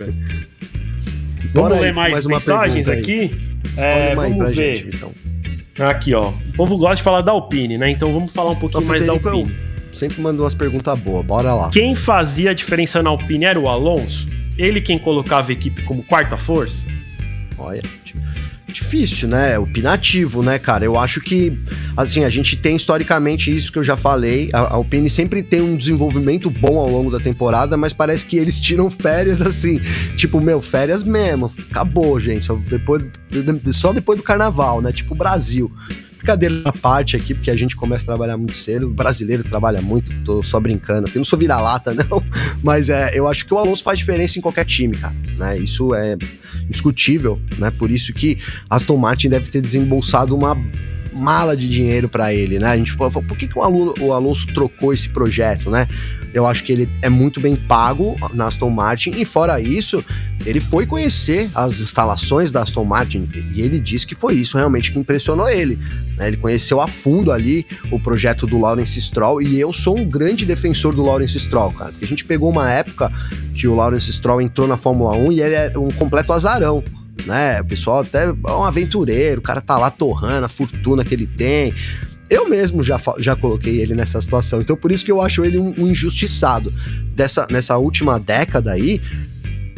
Vamos ler mais mensagens aqui? Vamos ver. Gente, então. Aqui, ó. O povo gosta de falar da Alpine, né? Então vamos falar um pouquinho mais da Alpine. Sempre mandou umas perguntas boas, bora lá. Quem fazia a diferença na Alpine era o Alonso? Ele quem colocava a equipe como quarta força? Olha, difícil, né? Opinativo, né, cara? Eu acho que, assim, a gente tem historicamente isso que eu já falei. A Alpine sempre tem um desenvolvimento bom ao longo da temporada, mas parece que eles tiram férias, assim, tipo, férias mesmo. Acabou, gente. Só depois do carnaval, né? Tipo, Brasil. Brincadeira à parte aqui, porque a gente começa a trabalhar muito cedo, o brasileiro trabalha muito, tô só brincando aqui, não sou vira-lata não, mas eu acho que o Alonso faz diferença em qualquer time, cara, né, isso é indiscutível, né, por isso que Aston Martin deve ter desembolsado uma mala de dinheiro pra ele, né, a gente fala, por que o Alonso trocou esse projeto, né, eu acho que ele é muito bem pago na Aston Martin, e fora isso, ele foi conhecer as instalações da Aston Martin, e ele disse que foi isso realmente que impressionou ele, né? Ele conheceu a fundo ali o projeto do Lawrence Stroll, e eu sou um grande defensor do Lawrence Stroll, cara, porque a gente pegou uma época que o Lawrence Stroll entrou na Fórmula 1 e ele é um completo azarão, né, o pessoal até é um aventureiro, o cara tá lá torrando a fortuna que ele tem. Eu mesmo já coloquei ele nessa situação, então por isso que eu acho ele um injustiçado. Nessa última década aí,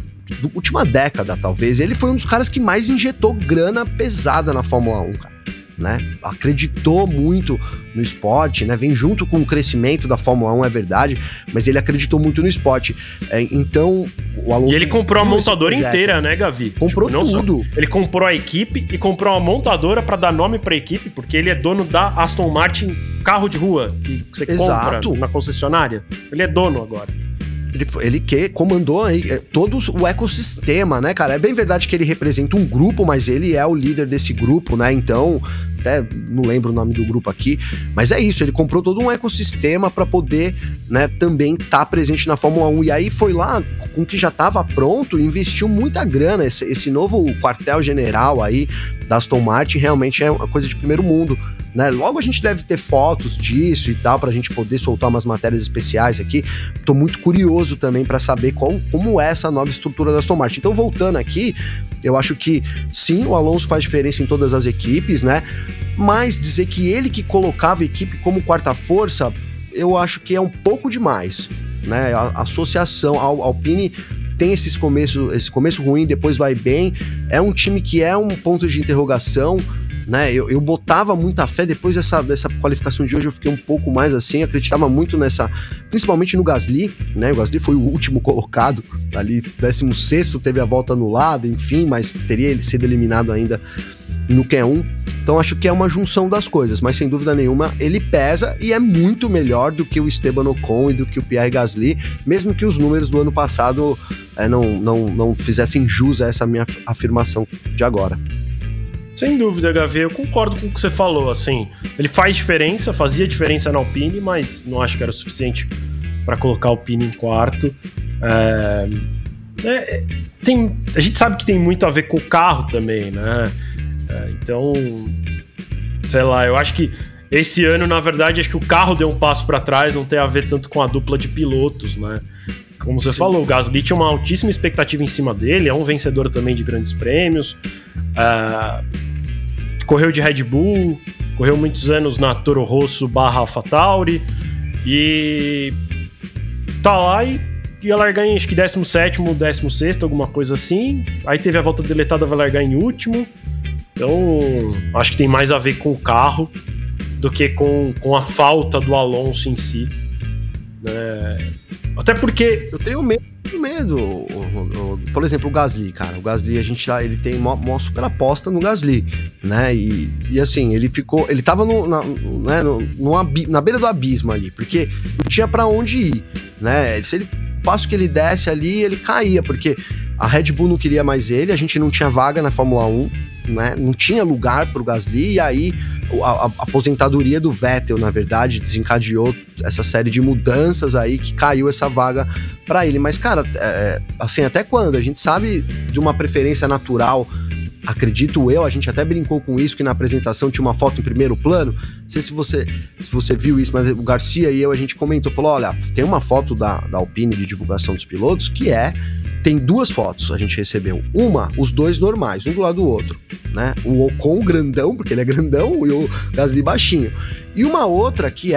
talvez, ele foi um dos caras que mais injetou grana pesada na Fórmula 1, cara. né? Acreditou muito no esporte, né? Vem junto com o crescimento da Fórmula 1, é verdade, mas ele acreditou muito no esporte. Então, o Alonso... E ele comprou a montadora inteira, né, Gavi? Comprou tudo. Ele comprou a equipe e comprou uma montadora pra dar nome pra equipe, porque ele é dono da Aston Martin carro de rua, que você compra na concessionária. Ele é dono agora. Ele que comandou aí todo o ecossistema, né, cara? É bem verdade que ele representa um grupo, mas ele é o líder desse grupo, né? Então, até não lembro o nome do grupo aqui, mas é isso, ele comprou todo um ecossistema para poder, né, também estar presente na Fórmula 1. E aí foi lá, com o que já estava pronto, investiu muita grana. Esse novo quartel-general aí da Aston Martin realmente é uma coisa de primeiro mundo, né? Logo a gente deve ter fotos disso e tal, pra gente poder soltar umas matérias especiais aqui. Tô muito curioso também pra saber como é essa nova estrutura da Aston Martin. Então, voltando aqui, eu acho que sim, o Alonso faz diferença em todas as equipes, né? Mas dizer que ele que colocava a equipe como quarta força, eu acho que é um pouco demais, né? A associação, a Alpine tem esse começo ruim, depois vai bem. É um time que é um ponto de interrogação, né? Eu botava muita fé depois dessa qualificação de hoje. Eu fiquei um pouco mais assim, acreditava muito nessa, principalmente no Gasly, né? O Gasly foi o último colocado ali, 16º, teve a volta anulada, enfim, mas teria ele sido eliminado ainda no Q1. Então acho que é uma junção das coisas, mas sem dúvida nenhuma ele pesa e é muito melhor do que o Esteban Ocon e do que o Pierre Gasly, mesmo que os números do ano passado não fizessem jus a essa minha afirmação de agora. Sem dúvida, Gavi, eu concordo com o que você falou, assim, ele faz diferença, fazia diferença na Alpine, mas não acho que era o suficiente para colocar a Alpine em quarto. A gente sabe que tem muito a ver com o carro também, né? Então, sei lá, eu acho que esse ano, na verdade, acho que o carro deu um passo para trás, não tem a ver tanto com a dupla de pilotos, né? Como você falou, o Gasly tinha uma altíssima expectativa em cima dele, é um vencedor também de grandes prêmios, correu de Red Bull, correu muitos anos na Toro Rosso / AlphaTauri, e tá lá e ia largar em, acho que 17º, 16º, alguma coisa assim, aí teve a volta deletada, vai largar em último. Então, acho que tem mais a ver com o carro do que com a falta do Alonso em si, né? Até porque... Eu tenho medo. Por exemplo, o Gasly, cara. O Gasly, ele tem uma super aposta no Gasly, né? E assim, ele tava na beira do abismo ali, porque não tinha pra onde ir, né? O passo que ele desce ali, ele caía, porque a Red Bull não queria mais ele, a gente não tinha vaga na Fórmula 1, né? Não tinha lugar pro Gasly, e aí a aposentadoria do Vettel, na verdade, desencadeou essa série de mudanças aí que caiu essa vaga pra ele. Mas, cara, assim, até quando? A gente sabe de uma preferência natural, acredito eu, a gente até brincou com isso, que na apresentação tinha uma foto em primeiro plano. Não sei se você viu isso, mas o Garcia e eu, a gente comentou, falou, olha, tem uma foto da Alpine de divulgação dos pilotos que tem duas fotos a gente recebeu. Uma, os dois normais, um do lado do outro, né? O Ocon grandão, porque ele é grandão, e o Gasly baixinho. E uma outra que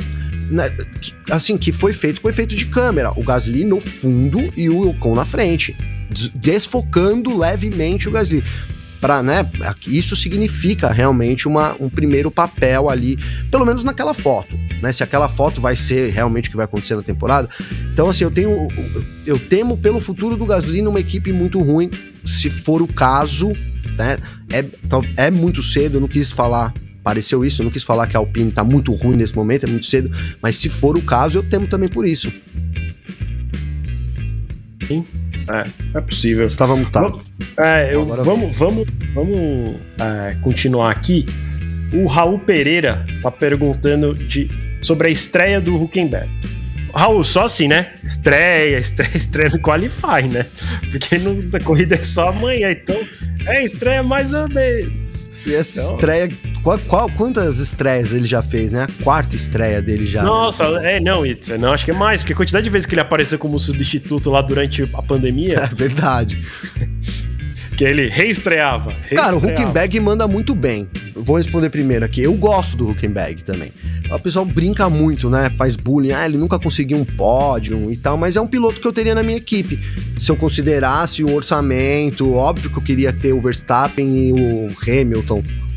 que foi feito com efeito de câmera. O Gasly no fundo e o Ocon na frente, desfocando levemente o Gasly. Né, isso significa realmente um primeiro papel ali, pelo menos naquela foto, né? Se aquela foto vai ser realmente o que vai acontecer na temporada. Então, assim, eu temo pelo futuro do Gasly numa equipe muito ruim, se for o caso, né? É muito cedo, eu não quis falar, pareceu isso, eu não quis falar que a Alpine tá muito ruim nesse momento, é muito cedo, mas se for o caso, eu temo também por isso. Sim. É possível. Você estava mutado. Vamos continuar aqui. O Raul Pereira tá perguntando sobre a estreia do Hülkenberg. Raul, só assim, né? Estreia no Qualify, né? Porque a corrida é só amanhã, então estreia mais ou menos. E essa estreia, quantas estreias ele já fez, né? A quarta estreia dele já. Nossa, não, acho que é mais, porque a quantidade de vezes que ele apareceu como substituto lá durante a pandemia. É verdade. Que ele reestreava. Cara, o Hülkenberg manda muito bem. Vou responder primeiro aqui. Eu gosto do Hülkenberg também. O pessoal brinca muito, né? Faz bullying. Ele nunca conseguiu um pódio e tal, mas é um piloto que eu teria na minha equipe. Se eu considerasse o orçamento, óbvio que eu queria ter o Verstappen e o Hamilton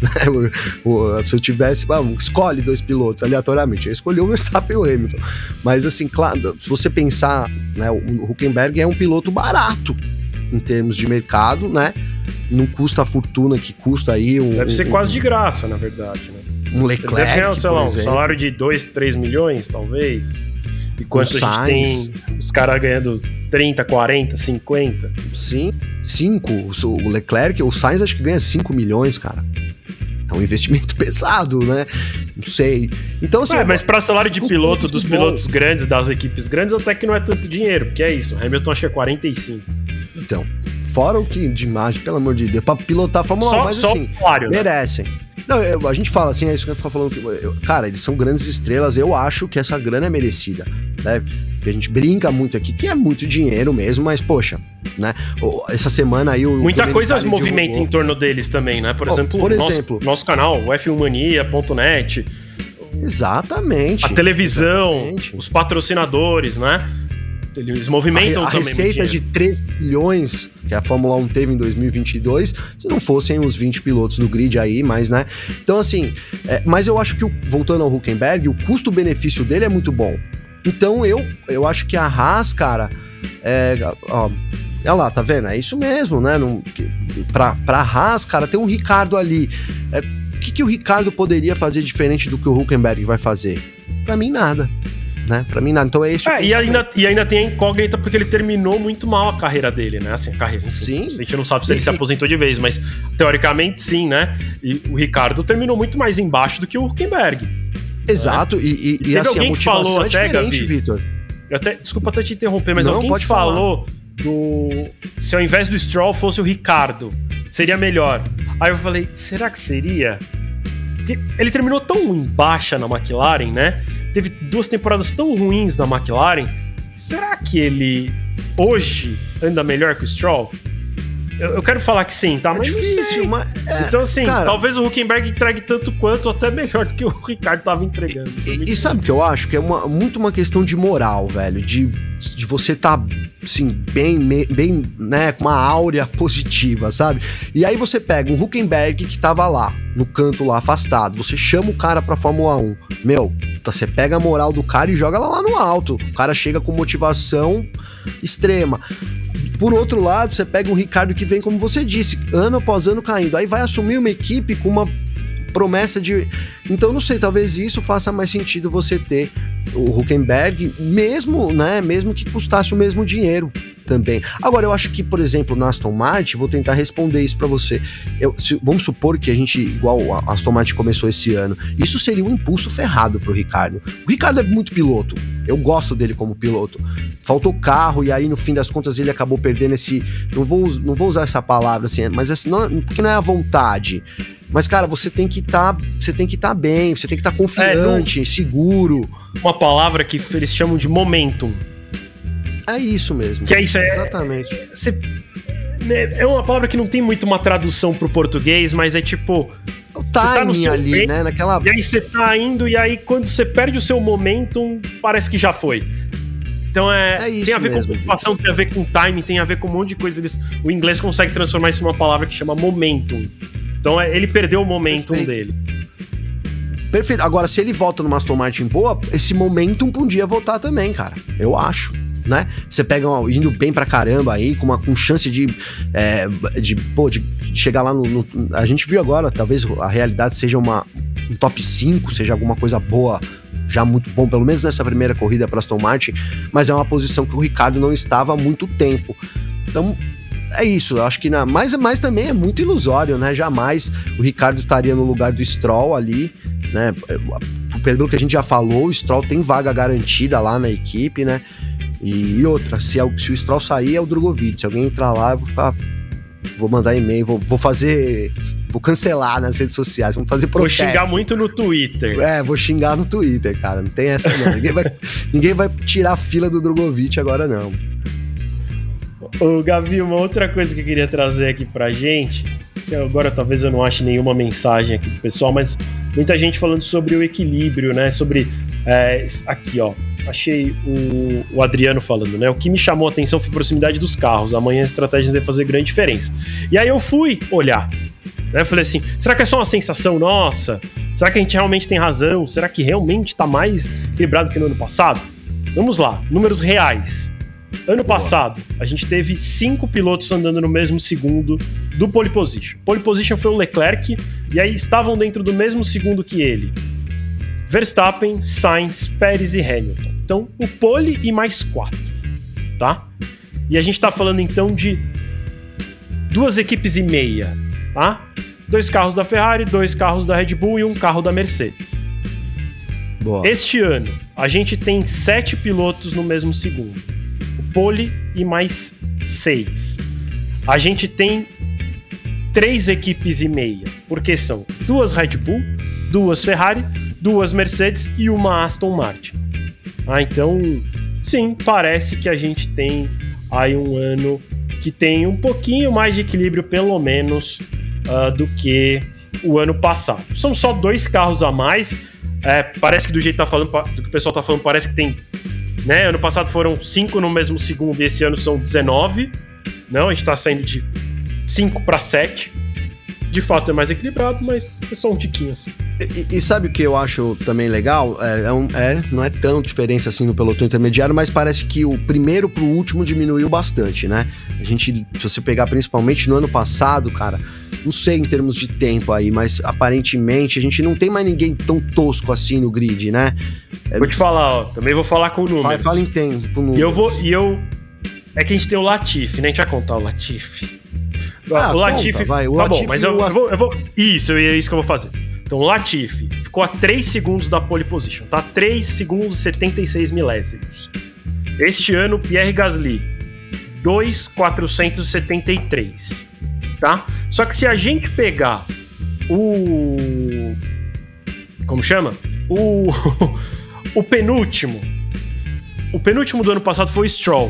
Se eu tivesse, escolhe 2 pilotos aleatoriamente, eu escolhi o Verstappen e o Hamilton. Mas assim, claro, se você pensar, né, o Hülkenberg é um piloto barato em termos de mercado, né? Não custa a fortuna que custa aí deve ser quase de graça, na verdade, né? Um Leclerc, deve ganhar, sei lá, um salário de 2, 3 milhões, talvez. Enquanto a gente tem os caras ganhando 30, 40, 50. Sim, 5. O Leclerc, o Sainz acho que ganha 5 milhões, cara. É um investimento pesado, né? Não sei. Então, assim, mas para salário de piloto, dos pilotos grandes, das equipes grandes, até que não é tanto dinheiro, porque é isso. O Hamilton acho que é 45. Então, fora o que de imagem, pelo amor de Deus, pra pilotar a Fórmula 1, mas assim, salário, merecem. Né? Não, a gente fala assim, é isso que eu fico falando. Cara, eles são grandes estrelas, eu acho que essa grana é merecida, né? A gente brinca muito aqui, que é muito dinheiro mesmo, mas, poxa, né? Essa semana aí o muita coisa se movimenta em torno deles também, né? Por exemplo, nosso canal, o F1mania.net. Exatamente. A televisão, os patrocinadores, né? Eles movimentam a também. A receita de 3 bilhões que a Fórmula 1 teve em 2022, se não fossem os 20 pilotos do grid aí, mas, né? Então, assim, mas eu acho que, voltando ao Hülkenberg, o custo-benefício dele é muito bom. Então, eu acho que a Haas, cara, olha lá, tá vendo? É isso mesmo, né? Pra Haas, cara, tem um Ricardo ali. O que o Ricardo poderia fazer diferente do que o Hülkenberg vai fazer? Pra mim, nada. Né? Pra mim nada, então é isso. E ainda tem a incógnita porque ele terminou muito mal a carreira dele, né? Assim, a carreira, enfim, sim. A gente não sabe se ele se aposentou de vez, mas teoricamente sim, né? E o Ricardo terminou muito mais embaixo do que o Hülkenberg. Exato, e assim, alguém a motivação falou é diferente, Vitor. Desculpa até te interromper, mas alguém falou se ao invés do Stroll fosse o Ricardo, seria melhor. Aí eu falei, será que seria? Porque ele terminou tão em baixa na McLaren, né? Teve 2 temporadas tão ruins na McLaren. Será que ele hoje anda melhor que o Stroll? Eu quero falar que sim, tá? Mas difícil, mas... Então, assim, cara, talvez o Hülkenberg entregue tanto quanto, até melhor do que o Ricardo tava entregando. E sabe o que eu acho? Que é muito uma questão de moral, velho. De você tá, assim, bem, né, com uma áurea positiva, sabe? E aí você pega um Hülkenberg que tava lá, no canto lá, afastado. Você chama o cara pra Fórmula 1. Você pega a moral do cara e joga lá no alto. O cara chega com motivação extrema. Por outro lado, você pega um Ricardo que vem, como você disse, ano após ano caindo. Aí vai assumir uma equipe com uma promessa de... Então, não sei, talvez isso faça mais sentido você ter o Hülkenberg, mesmo que custasse o mesmo dinheiro também. Agora, eu acho que, por exemplo, na Aston Martin, vou tentar responder isso pra você. Vamos supor que a gente, igual a Aston Martin começou esse ano, isso seria um impulso ferrado pro Ricardo. O Ricardo é muito piloto, eu gosto dele como piloto. Faltou carro e aí, no fim das contas, ele acabou perdendo esse... Não vou usar essa palavra assim, mas assim, porque não é a vontade. Mas, cara, você tem que estar bem, você tem que estar confiante, seguro. Uma palavra que eles chamam de momentum. É isso mesmo. Que é isso, exatamente. É uma palavra que não tem muito uma tradução pro português, mas é tipo... O timing tá ali, bem, né? Naquela... E aí você tá indo, e aí quando você perde o seu momentum, parece que já foi. Então tem a ver com ocupação, tem a ver com timing, tem a ver com um monte de coisa. O inglês consegue transformar isso numa palavra que chama momentum. Então ele perdeu o momentum dele. Perfeito. Agora, se ele volta numa Aston Martin boa, esse momentum podia voltar também, cara. Eu acho. Né? Você pega indo bem pra caramba aí, com chance de chegar lá no... A gente viu agora, talvez a realidade seja um top 5, seja alguma coisa boa, já muito bom, pelo menos nessa primeira corrida pra Aston Martin, mas é uma posição que o Ricardo não estava há muito tempo. Então, é isso, eu acho que mas também é muito ilusório, né? Jamais o Ricardo estaria no lugar do Stroll ali, né? Pelo que a gente já falou, o Stroll tem vaga garantida lá na equipe, né? E outra, se o Stroll sair, é o Drogovic. Se alguém entrar lá, eu vou mandar e-mail, vou cancelar nas redes sociais, vamos fazer protesto. Vou xingar muito no Twitter. Vou xingar no Twitter, cara, não tem essa não. Ninguém vai tirar a fila do Drogovic agora, não. Ô, Gavi, uma outra coisa que eu queria trazer aqui pra gente, que agora talvez eu não ache nenhuma mensagem aqui do pessoal, mas muita gente falando sobre o equilíbrio, né, sobre... aqui, ó. Achei o Adriano falando, né? O que me chamou a atenção foi a proximidade dos carros. Amanhã as estratégias devem fazer grande diferença. E aí eu fui olhar. Né? Eu falei assim, será que é só uma sensação nossa? Será que a gente realmente tem razão? Será que realmente tá mais equilibrado que no ano passado? Vamos lá, números reais. Ano passado, a gente teve 5 pilotos andando no mesmo segundo do pole position. Pole position foi o Leclerc, e aí estavam dentro do mesmo segundo que ele. Verstappen, Sainz, Pérez e Hamilton. Então, o pole e mais 4, tá? E a gente tá falando então de 2 equipes e meia, tá? 2 carros da Ferrari, 2 carros da Red Bull e 1 carro da Mercedes. Boa. Este ano, a gente tem 7 pilotos no mesmo segundo. O pole e mais 6. A gente tem 3 equipes e meia, porque são 2 Red Bull, 2 Ferrari, 2 Mercedes e 1 Aston Martin. Então, sim, parece que a gente tem aí um ano que tem um pouquinho mais de equilíbrio, pelo menos, do que o ano passado. São só 2 carros a mais. Parece que do jeito que tá falando, do que o pessoal tá falando, parece que tem, né? Ano passado foram 5 no mesmo segundo e esse ano são 19. Não, a gente tá saindo de 5 para 7. De fato é mais equilibrado, mas é só um tiquinho assim. E sabe o que eu acho também legal? Não é tão diferença assim no pelotão intermediário, mas parece que o primeiro pro último diminuiu bastante, né? A gente, se você pegar principalmente no ano passado, cara, não sei em termos de tempo aí, mas aparentemente a gente não tem mais ninguém tão tosco assim no grid, né? Vou te falar, também vou falar com o número. Fala em tempo, número. É que a gente tem o Latifi, né? A gente vai contar o Latifi. O Latifi. Conta, vai. O tá Latifi, bom, mas eu vou. Isso, é isso que eu vou fazer. Então, o Latifi ficou a 3 segundos da pole position, tá? 3 segundos e 76 milésimos. Este ano, Pierre Gasly, 2,473, tá? Só que se a gente pegar o... Como chama? O penúltimo. O penúltimo do ano passado foi o Stroll,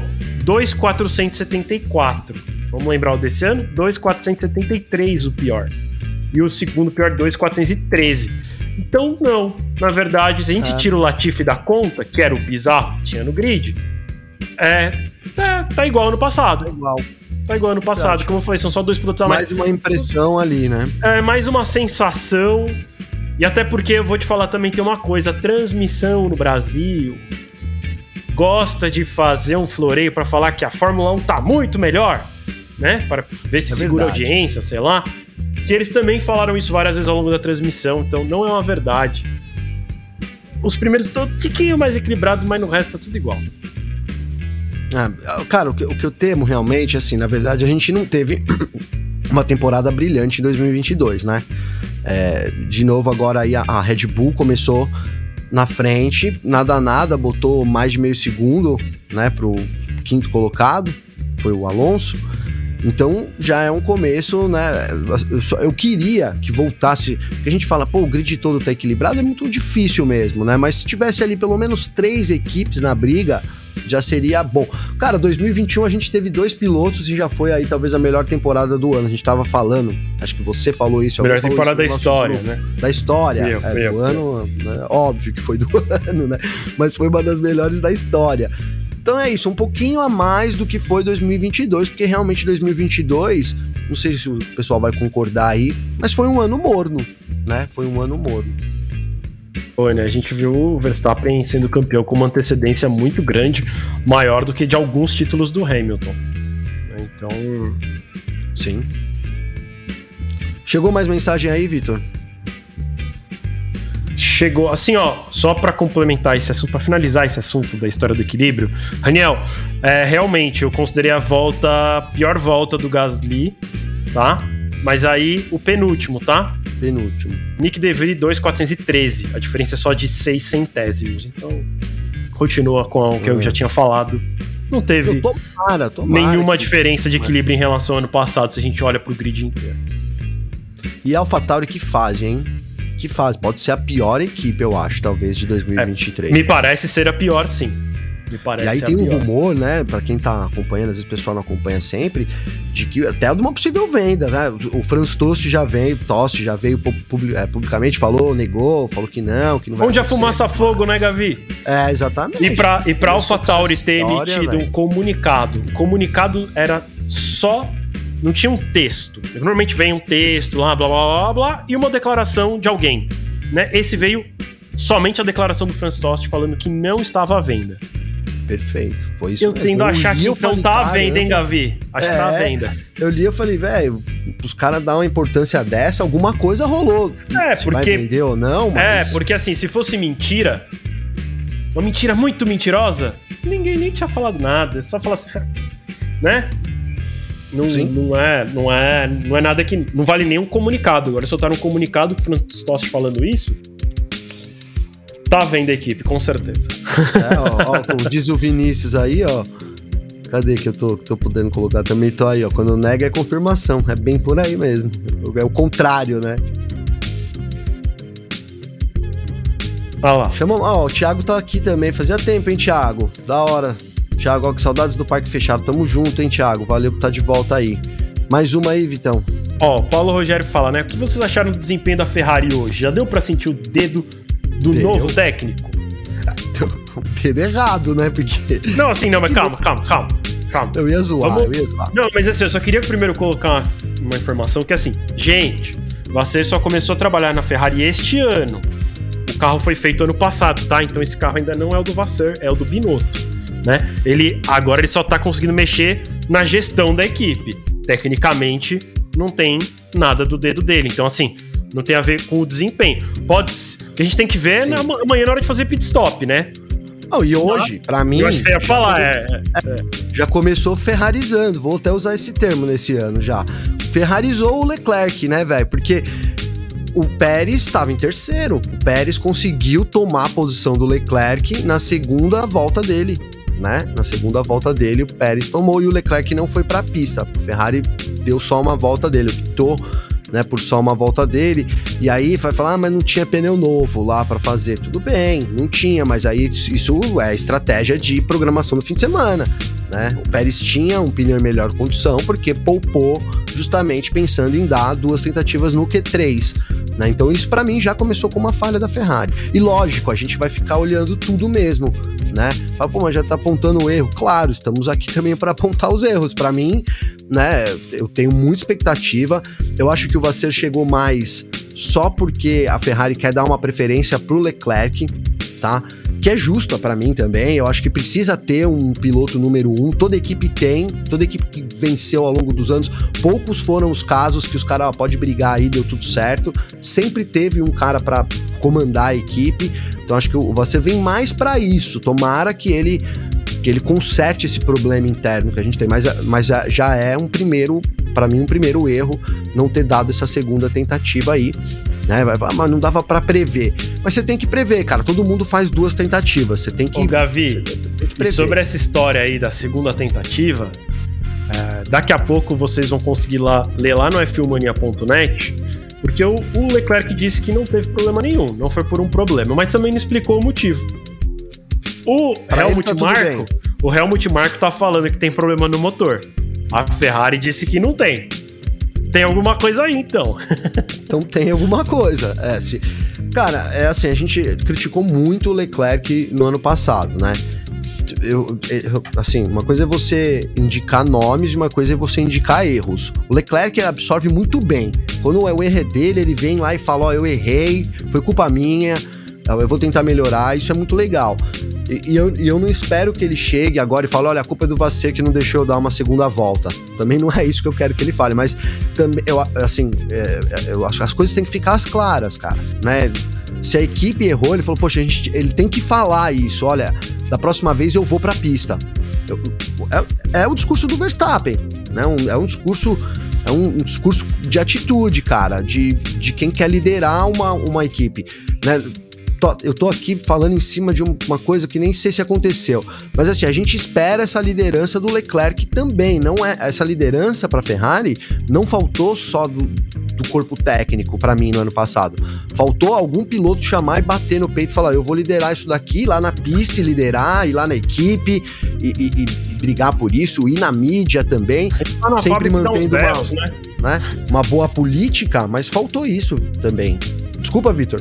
2,474. Vamos lembrar o desse ano? 2,473 o pior. E o segundo pior, 2,413. Então, não. Na verdade, se a gente tira o Latifi da conta, que era o bizarro que tinha no grid, tá igual ano passado. Tá igual ano passado. Como eu falei, são só 2 pilotos a mais. Mais uma impressão ali, né? Mais uma sensação. E até porque, eu vou te falar também, tem uma coisa. A transmissão no Brasil gosta de fazer um floreio pra falar que a Fórmula 1 tá muito melhor, né? Para ver se segura a audiência, sei lá. Que eles também falaram isso várias vezes ao longo da transmissão, então não é uma verdade. Os primeiros estão um pouquinho mais equilibrados, mas no resto tá tudo igual. Cara, o que eu temo realmente, assim, na verdade, a gente não teve uma temporada brilhante em 2022, né? De novo, agora aí a Red Bull começou na frente, nada, botou mais de meio segundo, né, pro 5º colocado, foi o Alonso. Então já é um começo, né? Eu queria que voltasse, porque a gente fala, o grid todo tá equilibrado, é muito difícil mesmo, né? Mas se tivesse ali pelo menos 3 equipes na briga, já seria bom. Cara, 2021 a gente teve 2 pilotos e já foi aí talvez a melhor temporada do ano. A gente tava falando, acho que você falou isso. Melhor temporada da história, né? Da história, do ano, né? Óbvio que foi do ano, né? Mas foi uma das melhores da história. Então é isso, um pouquinho a mais do que foi 2022, porque realmente 2022, não sei se o pessoal vai concordar aí, mas foi um ano morno, né? Foi um ano morno. Foi, né? A gente viu o Verstappen sendo campeão com uma antecedência muito grande, maior do que de alguns títulos do Hamilton. Então... Sim. Chegou mais mensagem aí, Vitor? Chegou, assim, só pra complementar esse assunto, pra finalizar esse assunto da história do equilíbrio, Raniel, realmente eu considerei a pior volta do Gasly, tá? Mas aí o penúltimo, tá? Penúltimo. Nick DeVries 2,413, a diferença é só de 6 centésimos, então continua com o que eu já tinha falado. Não teve tomara nenhuma diferença de equilíbrio em relação ao ano passado, se a gente olha pro grid inteiro. E a AlphaTauri que faz, hein? Que faz, pode ser a pior equipe, eu acho, talvez, de 2023. Me parece ser a pior, sim. Me parece. E aí tem um rumor, né, pra quem tá acompanhando, às vezes o pessoal não acompanha sempre, de que até de uma possível venda, né? O Franz Tost já veio publicamente, negou, falou que não vai Onde a fumaça fogo, né, Gavi? Exatamente. E pra AlphaTauri ter emitido um comunicado. O comunicado era só não tinha um texto. Normalmente vem um texto lá, blá, blá, blá, blá, e uma declaração de alguém, né? Esse veio somente a declaração do Franz Tost falando que não estava à venda. Perfeito, foi isso mesmo. Eu tendo a achar que então tá à venda, hein, Gavi? Acho que tá à venda. Eu li, eu falei, velho, os caras dão uma importância dessa, alguma coisa rolou. É, se porque... vai vender ou não, mas... É, porque assim, se fosse mentira, uma mentira muito mentirosa, ninguém nem tinha falado nada, só falar assim, né? Não é nada que... Não vale nenhum comunicado. Agora, soltaram um comunicado com o Franz Tost falando isso, tá vendo a equipe, com certeza. Como diz o Vinícius aí, ó. Cadê que eu tô podendo colocar também? Tô aí, ó. Quando nega é confirmação. É bem por aí mesmo. É o contrário, né? Olha lá. Chama, ó, o Thiago tá aqui também. Fazia tempo, hein, Thiago? Da hora. Thiago, ó, que saudades do Parque Fechado. Tamo junto, hein, Thiago? Valeu por estar de volta aí. Mais uma aí, Vitão. Ó, Paulo Rogério fala, né? O que vocês acharam do desempenho da Ferrari hoje? Já deu pra sentir o dedo do novo técnico? O dedo errado, né? Porque... Não, assim, não, mas calma. Eu ia zoar. Não, mas assim, eu só queria primeiro colocar uma informação que assim, gente, você só começou a trabalhar na Ferrari este ano. O carro foi feito ano passado, tá? Então esse carro ainda não é o do Vasseur, é o do Binotto, né? Agora ele só tá conseguindo mexer na gestão da equipe. Tecnicamente, não tem nada do dedo dele. Então, assim, não tem a ver com o desempenho. O que a gente tem que ver amanhã na hora de fazer pit stop, né? E hoje, pra mim... Eu acho que você ia falar, Já começou ferrarizando, vou até usar esse termo nesse ano já. Ferrarizou o Leclerc, né, velho? Porque o Pérez estava em terceiro. O Pérez conseguiu tomar a posição do Leclerc na segunda volta dele, né? Na segunda volta dele, o Pérez tomou e o Leclerc não foi pra pista. O Ferrari deu só uma volta dele, optou, né, por só uma volta dele, e aí vai falar, mas não tinha pneu novo lá pra fazer. Tudo bem, não tinha, mas aí isso é estratégia de programação do fim de semana, né? O Pérez tinha um pneu em melhor condição porque poupou justamente pensando em dar 2 tentativas no Q3, né? Então isso pra mim já começou com uma falha da Ferrari. E lógico, a gente vai ficar olhando tudo mesmo, né? Fala, pô, mas já tá apontando o erro. Claro, estamos aqui também para apontar os erros. Pra mim, né, eu tenho muita expectativa. Eu acho que o Vasseur chegou mais só porque a Ferrari quer dar uma preferência pro Leclerc, tá? Que é justa pra mim também. Eu acho que precisa ter um piloto número 1. Toda equipe tem, toda equipe que venceu ao longo dos anos, poucos foram os casos que os caras pode brigar aí, deu tudo certo. Sempre teve um cara pra comandar a equipe. Então acho que o Vasseur vem mais pra isso. Tomara que ele conserte esse problema interno que a gente tem, mas já é pra mim um primeiro erro não ter dado essa segunda tentativa aí, né? Mas não dava pra prever. Mas você tem que prever, cara. Todo mundo faz 2 tentativas. Você tem que... Ô, Gavi, e sobre essa história aí da segunda tentativa, daqui a pouco vocês vão conseguir ler lá no f1mania.net, porque o Leclerc disse que não teve problema nenhum, não foi por um problema, mas também não explicou o motivo. O Helmut Marko tá falando que tem problema no motor. A Ferrari disse que não tem. Tem alguma coisa aí, então. Então tem alguma coisa. Cara, é assim, a gente criticou muito o Leclerc no ano passado, né? Assim, uma coisa é você indicar nomes e uma coisa é você indicar erros. O Leclerc absorve muito bem. Quando o erro é dele, ele vem lá e fala, eu errei, foi culpa minha, eu vou tentar melhorar, isso é muito legal. E eu não espero que ele chegue agora e fale, olha, a culpa é do Vasseur que não deixou eu dar uma segunda volta. Também não é isso que eu quero que ele fale, mas também, eu acho que as coisas têm que ficar claras, cara, né? Se a equipe errou, ele falou, poxa, ele tem que falar isso, olha, da próxima vez eu vou pra pista. É o discurso do Verstappen, né? É um discurso de atitude, cara, de quem quer liderar uma equipe, né? Eu tô aqui falando em cima de uma coisa que nem sei se aconteceu, mas assim, a gente espera essa liderança do Leclerc também, não é essa liderança pra Ferrari, não faltou só do corpo técnico pra mim no ano passado, faltou algum piloto chamar e bater no peito e falar, eu vou liderar isso daqui, ir lá na pista e liderar, ir lá na equipe e brigar por isso, ir na mídia também, sempre mantendo uma boa política, mas faltou isso também. Desculpa, Vitor.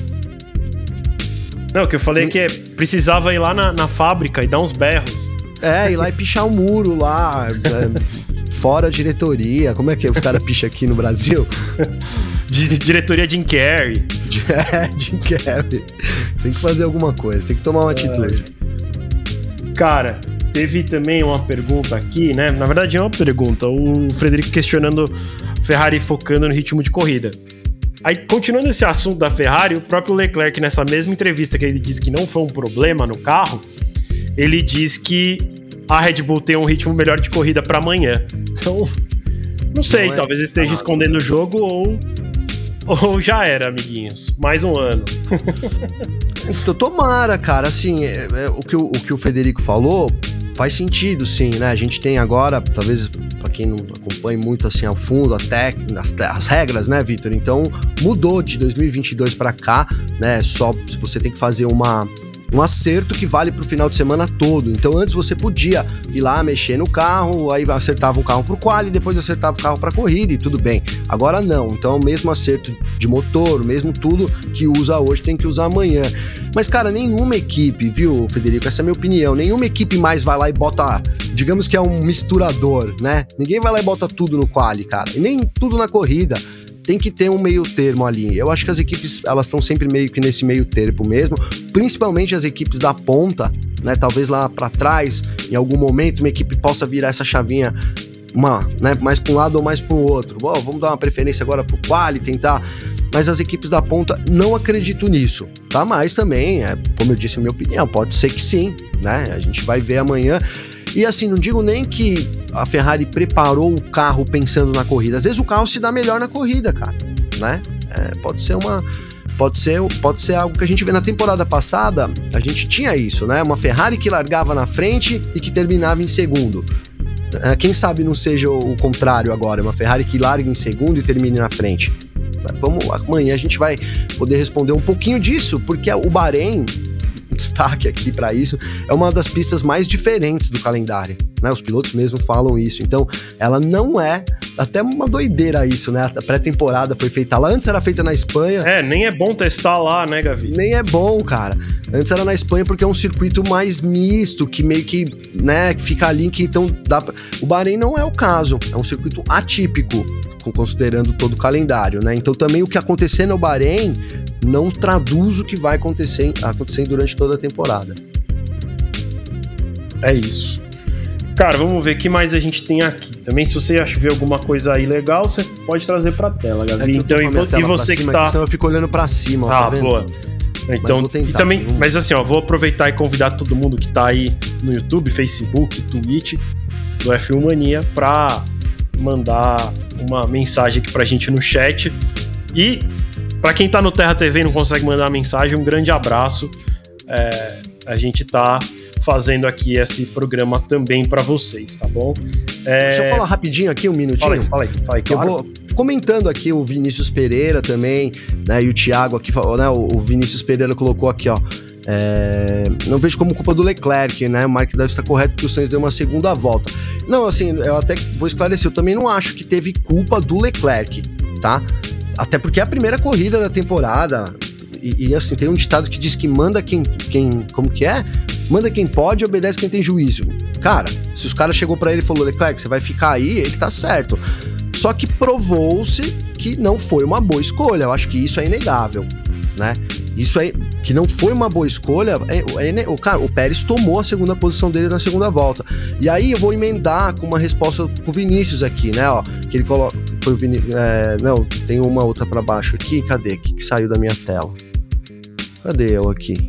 Não, o que eu falei é que precisava ir lá na fábrica e dar uns berros. Ir lá e pichar o muro lá, fora diretoria. Como é que os caras picham aqui no Brasil? Diretoria Jim Carrey. Jim Carrey. Tem que fazer alguma coisa, tem que tomar uma atitude. Cara, teve também uma pergunta aqui, né? Na verdade é uma pergunta. O Frederico questionando Ferrari focando no ritmo de corrida. Aí, continuando esse assunto da Ferrari, o próprio Leclerc, nessa mesma entrevista que ele disse que não foi um problema no carro, ele diz que a Red Bull tem um ritmo melhor de corrida para amanhã. Então, não sei, talvez ele esteja escondendo o jogo ou já era, amiguinhos. Mais um ano. Então, tomara, cara. Assim, o que o Federico falou faz sentido, sim, né? A gente tem agora, talvez, pra quem não acompanha muito assim ao fundo, as regras, né, Vitor? Então, mudou de 2022 pra cá, né? Só você tem que fazer um acerto que vale pro final de semana todo. Então antes você podia ir lá mexer no carro, aí acertava o carro pro quali, depois acertava o carro pra corrida e tudo bem. Agora não, então o mesmo acerto de motor, o mesmo tudo que usa hoje tem que usar amanhã. Mas cara, nenhuma equipe, viu, Federico, essa é a minha opinião, nenhuma equipe mais vai lá e bota, digamos que é um misturador, né? Ninguém vai lá e bota tudo no quali, cara, e nem tudo na corrida. Tem que ter um meio termo ali. Eu acho que as equipes, elas estão sempre meio que nesse meio termo mesmo, principalmente as equipes da ponta, né? Talvez lá pra trás, em algum momento, uma equipe possa virar essa chavinha, né? Mais pra um lado ou mais pro outro. Bom, vamos dar uma preferência agora pro quali, tentar. Mas as equipes da ponta, não acredito nisso, tá? Mas também, como eu disse, a minha opinião, pode ser que sim, né? A gente vai ver amanhã. E assim, não digo nem que a Ferrari preparou o carro pensando na corrida. Às vezes o carro se dá melhor na corrida, cara, né? Pode ser algo que a gente vê na temporada passada. A gente tinha isso, né? Uma Ferrari que largava na frente e que terminava em segundo. Quem sabe não seja o contrário agora, uma Ferrari que larga em segundo e termine na frente. Amanhã a gente vai poder responder um pouquinho disso, porque o Bahrein, destaque aqui para isso, é uma das pistas mais diferentes do calendário, né? Os pilotos mesmo falam isso, então ela não é, até uma doideira isso, né? A pré-temporada foi feita lá, antes era feita na Espanha. Nem é bom testar lá, né, Gavi? Nem é bom, cara. Antes era na Espanha porque é um circuito mais misto, que meio que, né, fica ali, que então dá pra... O Bahrein não é o caso, é um circuito atípico, considerando todo o calendário, né? Então também o que acontecer no Bahrein não traduz o que vai acontecer durante toda a temporada. É isso. Cara, vamos ver o que mais a gente tem aqui. Também, se você ver alguma coisa aí legal, você pode trazer pra tela, Gavi. Então, e você que tá... Senão eu fico olhando pra cima, tá vendo? Boa. Então, tentar, e também, mas assim, ó, vou aproveitar e convidar todo mundo que tá aí no YouTube, Facebook, Twitch, do F1 Mania, pra mandar uma mensagem aqui pra gente no chat. E pra quem tá no Terra TV e não consegue mandar mensagem, um grande abraço. A gente tá fazendo aqui esse programa também pra vocês, tá bom? Deixa eu falar rapidinho aqui, um minutinho. Fala aí, claro. Eu vou comentando aqui o Vinícius Pereira também, né, e o Thiago aqui, né, o Vinícius Pereira colocou aqui, ó, não vejo como culpa do Leclerc, né? O Mark deve estar correto que o Sainz deu uma segunda volta. Não, assim, eu até vou esclarecer, eu também não acho que teve culpa do Leclerc, tá? Até porque é a primeira corrida da temporada, e assim, tem um ditado que diz que manda quem como que é? Manda quem pode e obedece quem tem juízo. Cara, se os caras chegou pra ele e falou, Leclerc, você vai ficar aí, ele tá certo. Só que provou-se que não foi uma boa escolha, eu acho que isso é inegável, né? Isso aí, que não foi uma boa escolha, o Pérez tomou a segunda posição dele na segunda volta. E aí eu vou emendar com uma resposta com o Vinícius aqui, né, ó, que ele coloca, foi o Vinícius, não, tem uma outra pra baixo aqui, cadê? Que saiu da minha tela? Cadê eu aqui?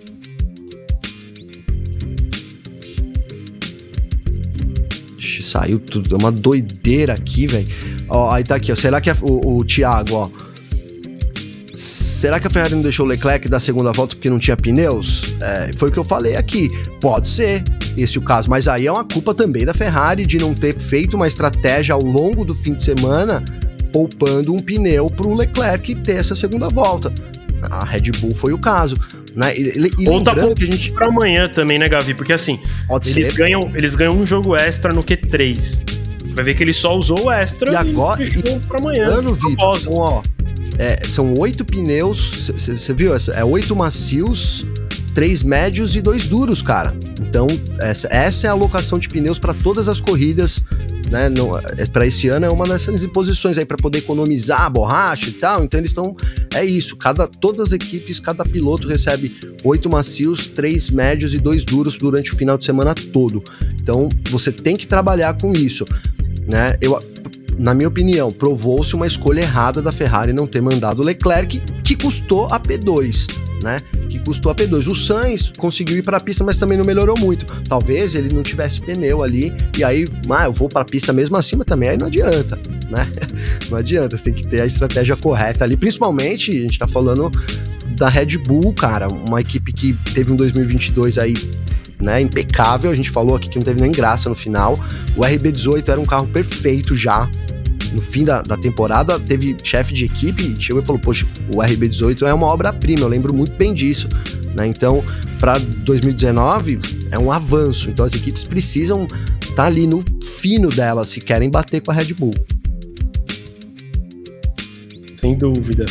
Saiu tudo, é uma doideira aqui, velho. Ó, aí tá aqui, ó, será que o Thiago, ó, será que a Ferrari não deixou o Leclerc dar a segunda volta porque não tinha pneus? Foi o que eu falei aqui. Pode ser esse o caso, mas aí é uma culpa também da Ferrari de não ter feito uma estratégia ao longo do fim de semana, poupando um pneu pro Leclerc ter essa segunda volta. A Red Bull foi o caso, né? Ou tá pouco que a gente pra amanhã também, né, Gavi? Porque assim, eles ganham um jogo extra no Q3. Vai ver que ele só usou o extra e agora pra amanhã. Vitor, então, ó, são 8 pneus, você viu? 8 macios, 3 médios e 2 duros, cara. Então, essa é a alocação de pneus para todas as corridas né? Para esse ano é uma dessas imposições aí para poder economizar a borracha e tal. Então eles estão, é isso. Todas as equipes, cada piloto recebe 8 macios, 3 médios e 2 duros durante o final de semana todo. Então você tem que trabalhar com isso, né? Na minha opinião, provou-se uma escolha errada da Ferrari não ter mandado o Leclerc, que custou a P2, né? O Sainz conseguiu ir para a pista, mas também não melhorou muito. Talvez ele não tivesse pneu ali, e aí, eu vou para a pista mesmo assim, mas também aí não adianta, né? Não adianta, você tem que ter a estratégia correta ali. Principalmente, a gente tá falando da Red Bull, cara, uma equipe que teve um 2022 aí, né, impecável. A gente falou aqui que não teve nem graça no final. O RB18 era um carro perfeito já. No fim da temporada, teve chefe de equipe, chegou e falou, poxa, o RB18 é uma obra-prima, eu lembro muito bem disso, né? Então, para 2019, é um avanço. Então, as equipes precisam estar ali no fino delas, se querem bater com a Red Bull. Sem dúvida.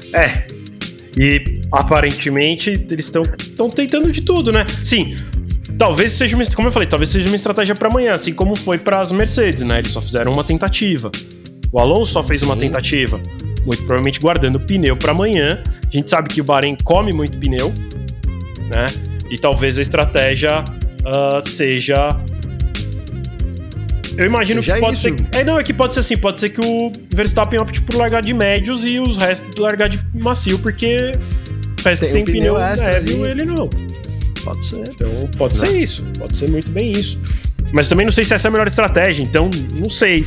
E aparentemente eles estão tentando de tudo, né? Sim, talvez seja como eu falei, talvez seja uma estratégia para amanhã, assim como foi para as Mercedes, né? Eles só fizeram uma tentativa. O Alonso só fez uma tentativa, muito provavelmente guardando pneu para amanhã. A gente sabe que o Bahrein come muito pneu, né? E talvez a estratégia seja... Eu imagino que pode ser... que pode ser assim, pode ser que o Verstappen opte por largar de médios e os restos largar de macio, porque parece que tem pneu médio, ele não. Pode ser. Então pode ser isso, pode ser muito bem isso. Mas também não sei se essa é a melhor estratégia, então não sei.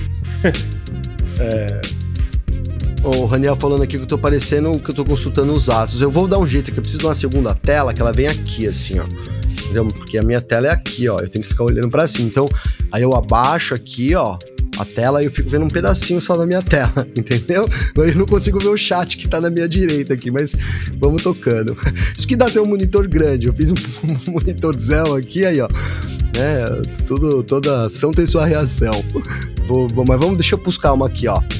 O Raniel falando aqui que eu tô parecendo que eu tô consultando os astros. Eu vou dar um jeito, que eu preciso de uma segunda tela, que ela vem aqui, assim, ó. Entendeu? Porque a minha tela é aqui, ó. Eu tenho que ficar olhando pra cima. Então, aí eu abaixo aqui, ó, a tela e eu fico vendo um pedacinho só da minha tela, entendeu? Eu não consigo ver o chat que tá na minha direita aqui, mas vamos tocando. Isso que dá ter um monitor grande. Eu fiz um monitorzão aqui, aí, ó. Toda ação tem sua reação. Mas deixa eu buscar uma aqui, ó.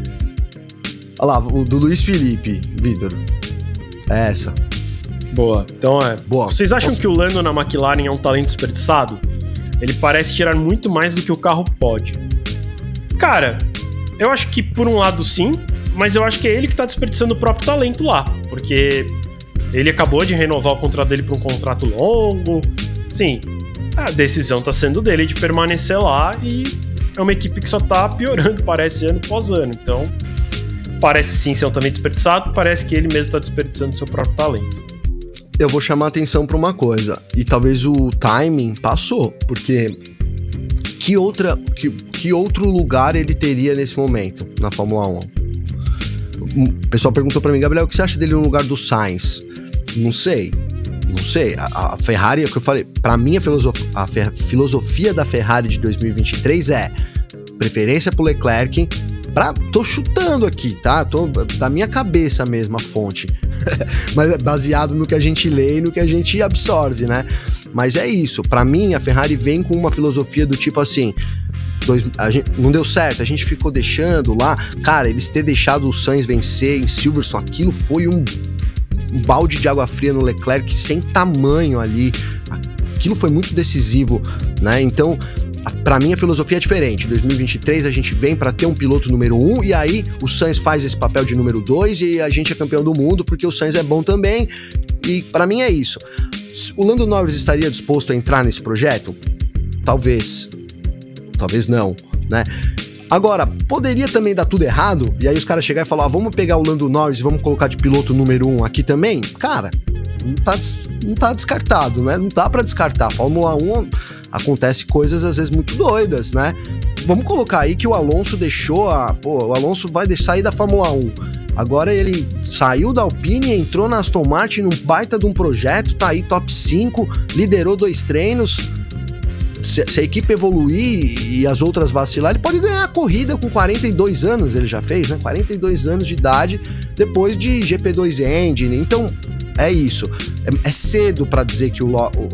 Olha lá, o do Luiz Felipe, Vitor. É essa. Boa. Então Boa. Vocês acham que o Lando na McLaren é um talento desperdiçado? Ele parece tirar muito mais do que o carro pode. Cara, eu acho que por um lado sim, mas eu acho que é ele que tá desperdiçando o próprio talento lá. Porque ele acabou de renovar o contrato dele para um contrato longo. Sim, a decisão tá sendo dele de permanecer lá e é uma equipe que só tá piorando, parece, ano após ano. Então, parece sim ser um talento desperdiçado, parece que ele mesmo tá desperdiçando seu próprio talento. Eu vou chamar a atenção para uma coisa, e talvez o timing passou, porque que outro lugar ele teria nesse momento na Fórmula 1? O pessoal perguntou para mim, Gabriel, o que você acha dele no lugar do Sainz? Não sei. A Ferrari, é o que eu falei, para mim a filosofia da Ferrari de 2023 é preferência pro Leclerc. Tô chutando aqui, tá? Tô da minha cabeça mesmo a fonte. Mas baseado no que a gente lê e no que a gente absorve, né? Mas é isso. Pra mim, a Ferrari vem com uma filosofia do tipo assim... não deu certo, a gente ficou deixando lá... Cara, eles ter deixado o Sainz vencer em Silverstone, aquilo foi um balde de água fria no Leclerc sem tamanho ali. Aquilo foi muito decisivo, né? Então... Pra mim a filosofia é diferente. Em 2023 a gente vem pra ter um piloto número 1 e aí o Sainz faz esse papel de número 2 e a gente é campeão do mundo porque o Sainz é bom também. E pra mim é isso. O Lando Norris estaria disposto a entrar nesse projeto? Talvez não, né? Agora, poderia também dar tudo errado e aí os caras chegarem e falar, vamos pegar o Lando Norris e vamos colocar de piloto número 1 aqui também? Cara, não tá descartado, né? Não dá pra descartar. Fórmula 1 acontece coisas às vezes muito doidas, né? Vamos colocar aí que o Alonso deixou o Alonso vai sair da Fórmula 1. Agora ele saiu da Alpine, entrou na Aston Martin num baita de um projeto, tá aí top 5, liderou 2 treinos. Se a equipe evoluir e as outras vacilar, ele pode ganhar a corrida com 42 anos, ele já fez, né? 42 anos de idade, depois de GP2 Engine. Então, é isso. É cedo para dizer que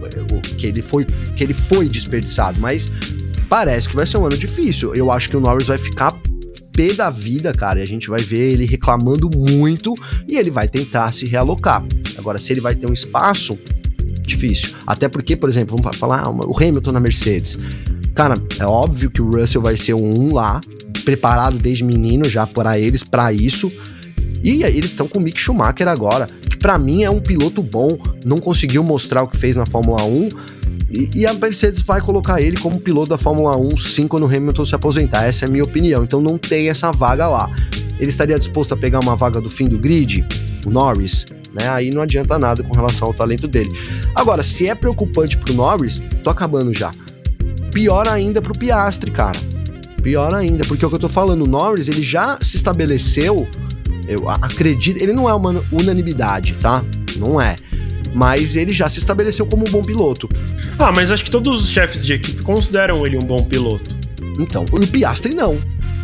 ele foi desperdiçado, mas parece que vai ser um ano difícil. Eu acho que o Norris vai ficar pé da vida, cara, e a gente vai ver ele reclamando muito e ele vai tentar se realocar. Agora, se ele vai ter um espaço, difícil. Até porque, por exemplo, vamos falar, o Hamilton na Mercedes. Cara, é óbvio que o Russell vai ser um lá, preparado desde menino já pra eles, pra isso. E eles estão com o Mick Schumacher agora, que pra mim é um piloto bom, não conseguiu mostrar o que fez na Fórmula 1. E a Mercedes vai colocar ele como piloto da Fórmula 1 sim quando o Hamilton se aposentar. Essa é a minha opinião. Então não tem essa vaga lá. Ele estaria disposto a pegar uma vaga do fim do grid? O Norris? Né? Aí não adianta nada com relação ao talento dele. Agora, se é preocupante pro Norris, tô acabando já. Pior ainda pro Piastri, cara. Pior ainda, porque é o que eu tô falando, o Norris, ele já se estabeleceu, eu acredito, ele não é uma unanimidade, tá? Não é. Mas ele já se estabeleceu como um bom piloto. Ah, mas acho que todos os chefes de equipe consideram ele um bom piloto. Então, e o Piastri não.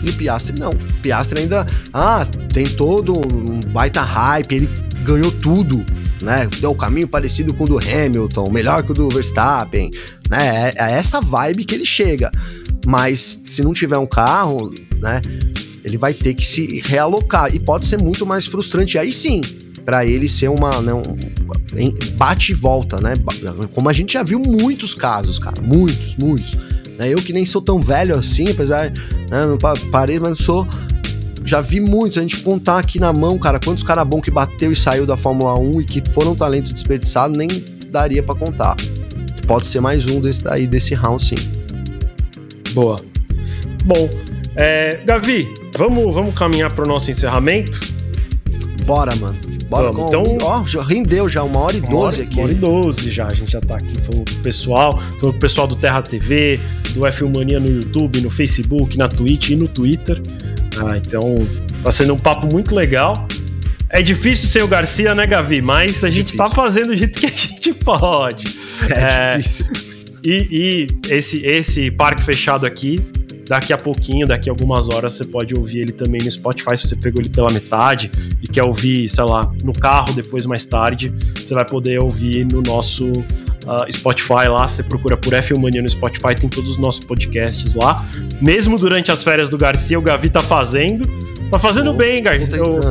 O Piastri ainda, tem todo um baita hype, ele ganhou tudo, né? Deu um caminho parecido com o do Hamilton, melhor que o do Verstappen, né? É essa vibe que ele chega. Mas se não tiver um carro, né? Ele vai ter que se realocar. E pode ser muito mais frustrante. Aí sim, pra ele ser uma, né, bate e volta, né? Como a gente já viu muitos casos, cara. Muitos. Né? Eu que nem sou tão velho assim, apesar, né, não parei, mas sou... Já vi muitos, a gente contar aqui na mão, cara, quantos cara bom que bateu e saiu da Fórmula 1 e que foram talentos desperdiçados, nem daria pra contar. Pode ser mais um desse round, sim. Boa. Bom, Gavi, vamos caminhar pro nosso encerramento? Bora, mano. Bora. Então, já rendeu já 1h12 aqui. 1h12 já, a gente já tá aqui falando com o pessoal do Terra TV, do F1 Mania no YouTube, no Facebook, na Twitch e no Twitter. Então tá sendo um papo muito legal. É difícil ser o Garcia, né, Gavi? Mas a gente tá fazendo do jeito que a gente pode. Difícil. E esse parque fechado aqui, daqui a pouquinho, daqui a algumas horas, você pode ouvir ele também no Spotify. Se você pegou ele pela metade e quer ouvir, sei lá, no carro depois, mais tarde, você vai poder ouvir no nosso Spotify lá. Você procura por F1 Mania no Spotify, tem todos os nossos podcasts lá. Mesmo durante as férias do Garcia, o Gavi tá fazendo. Tá fazendo bem, Garcia.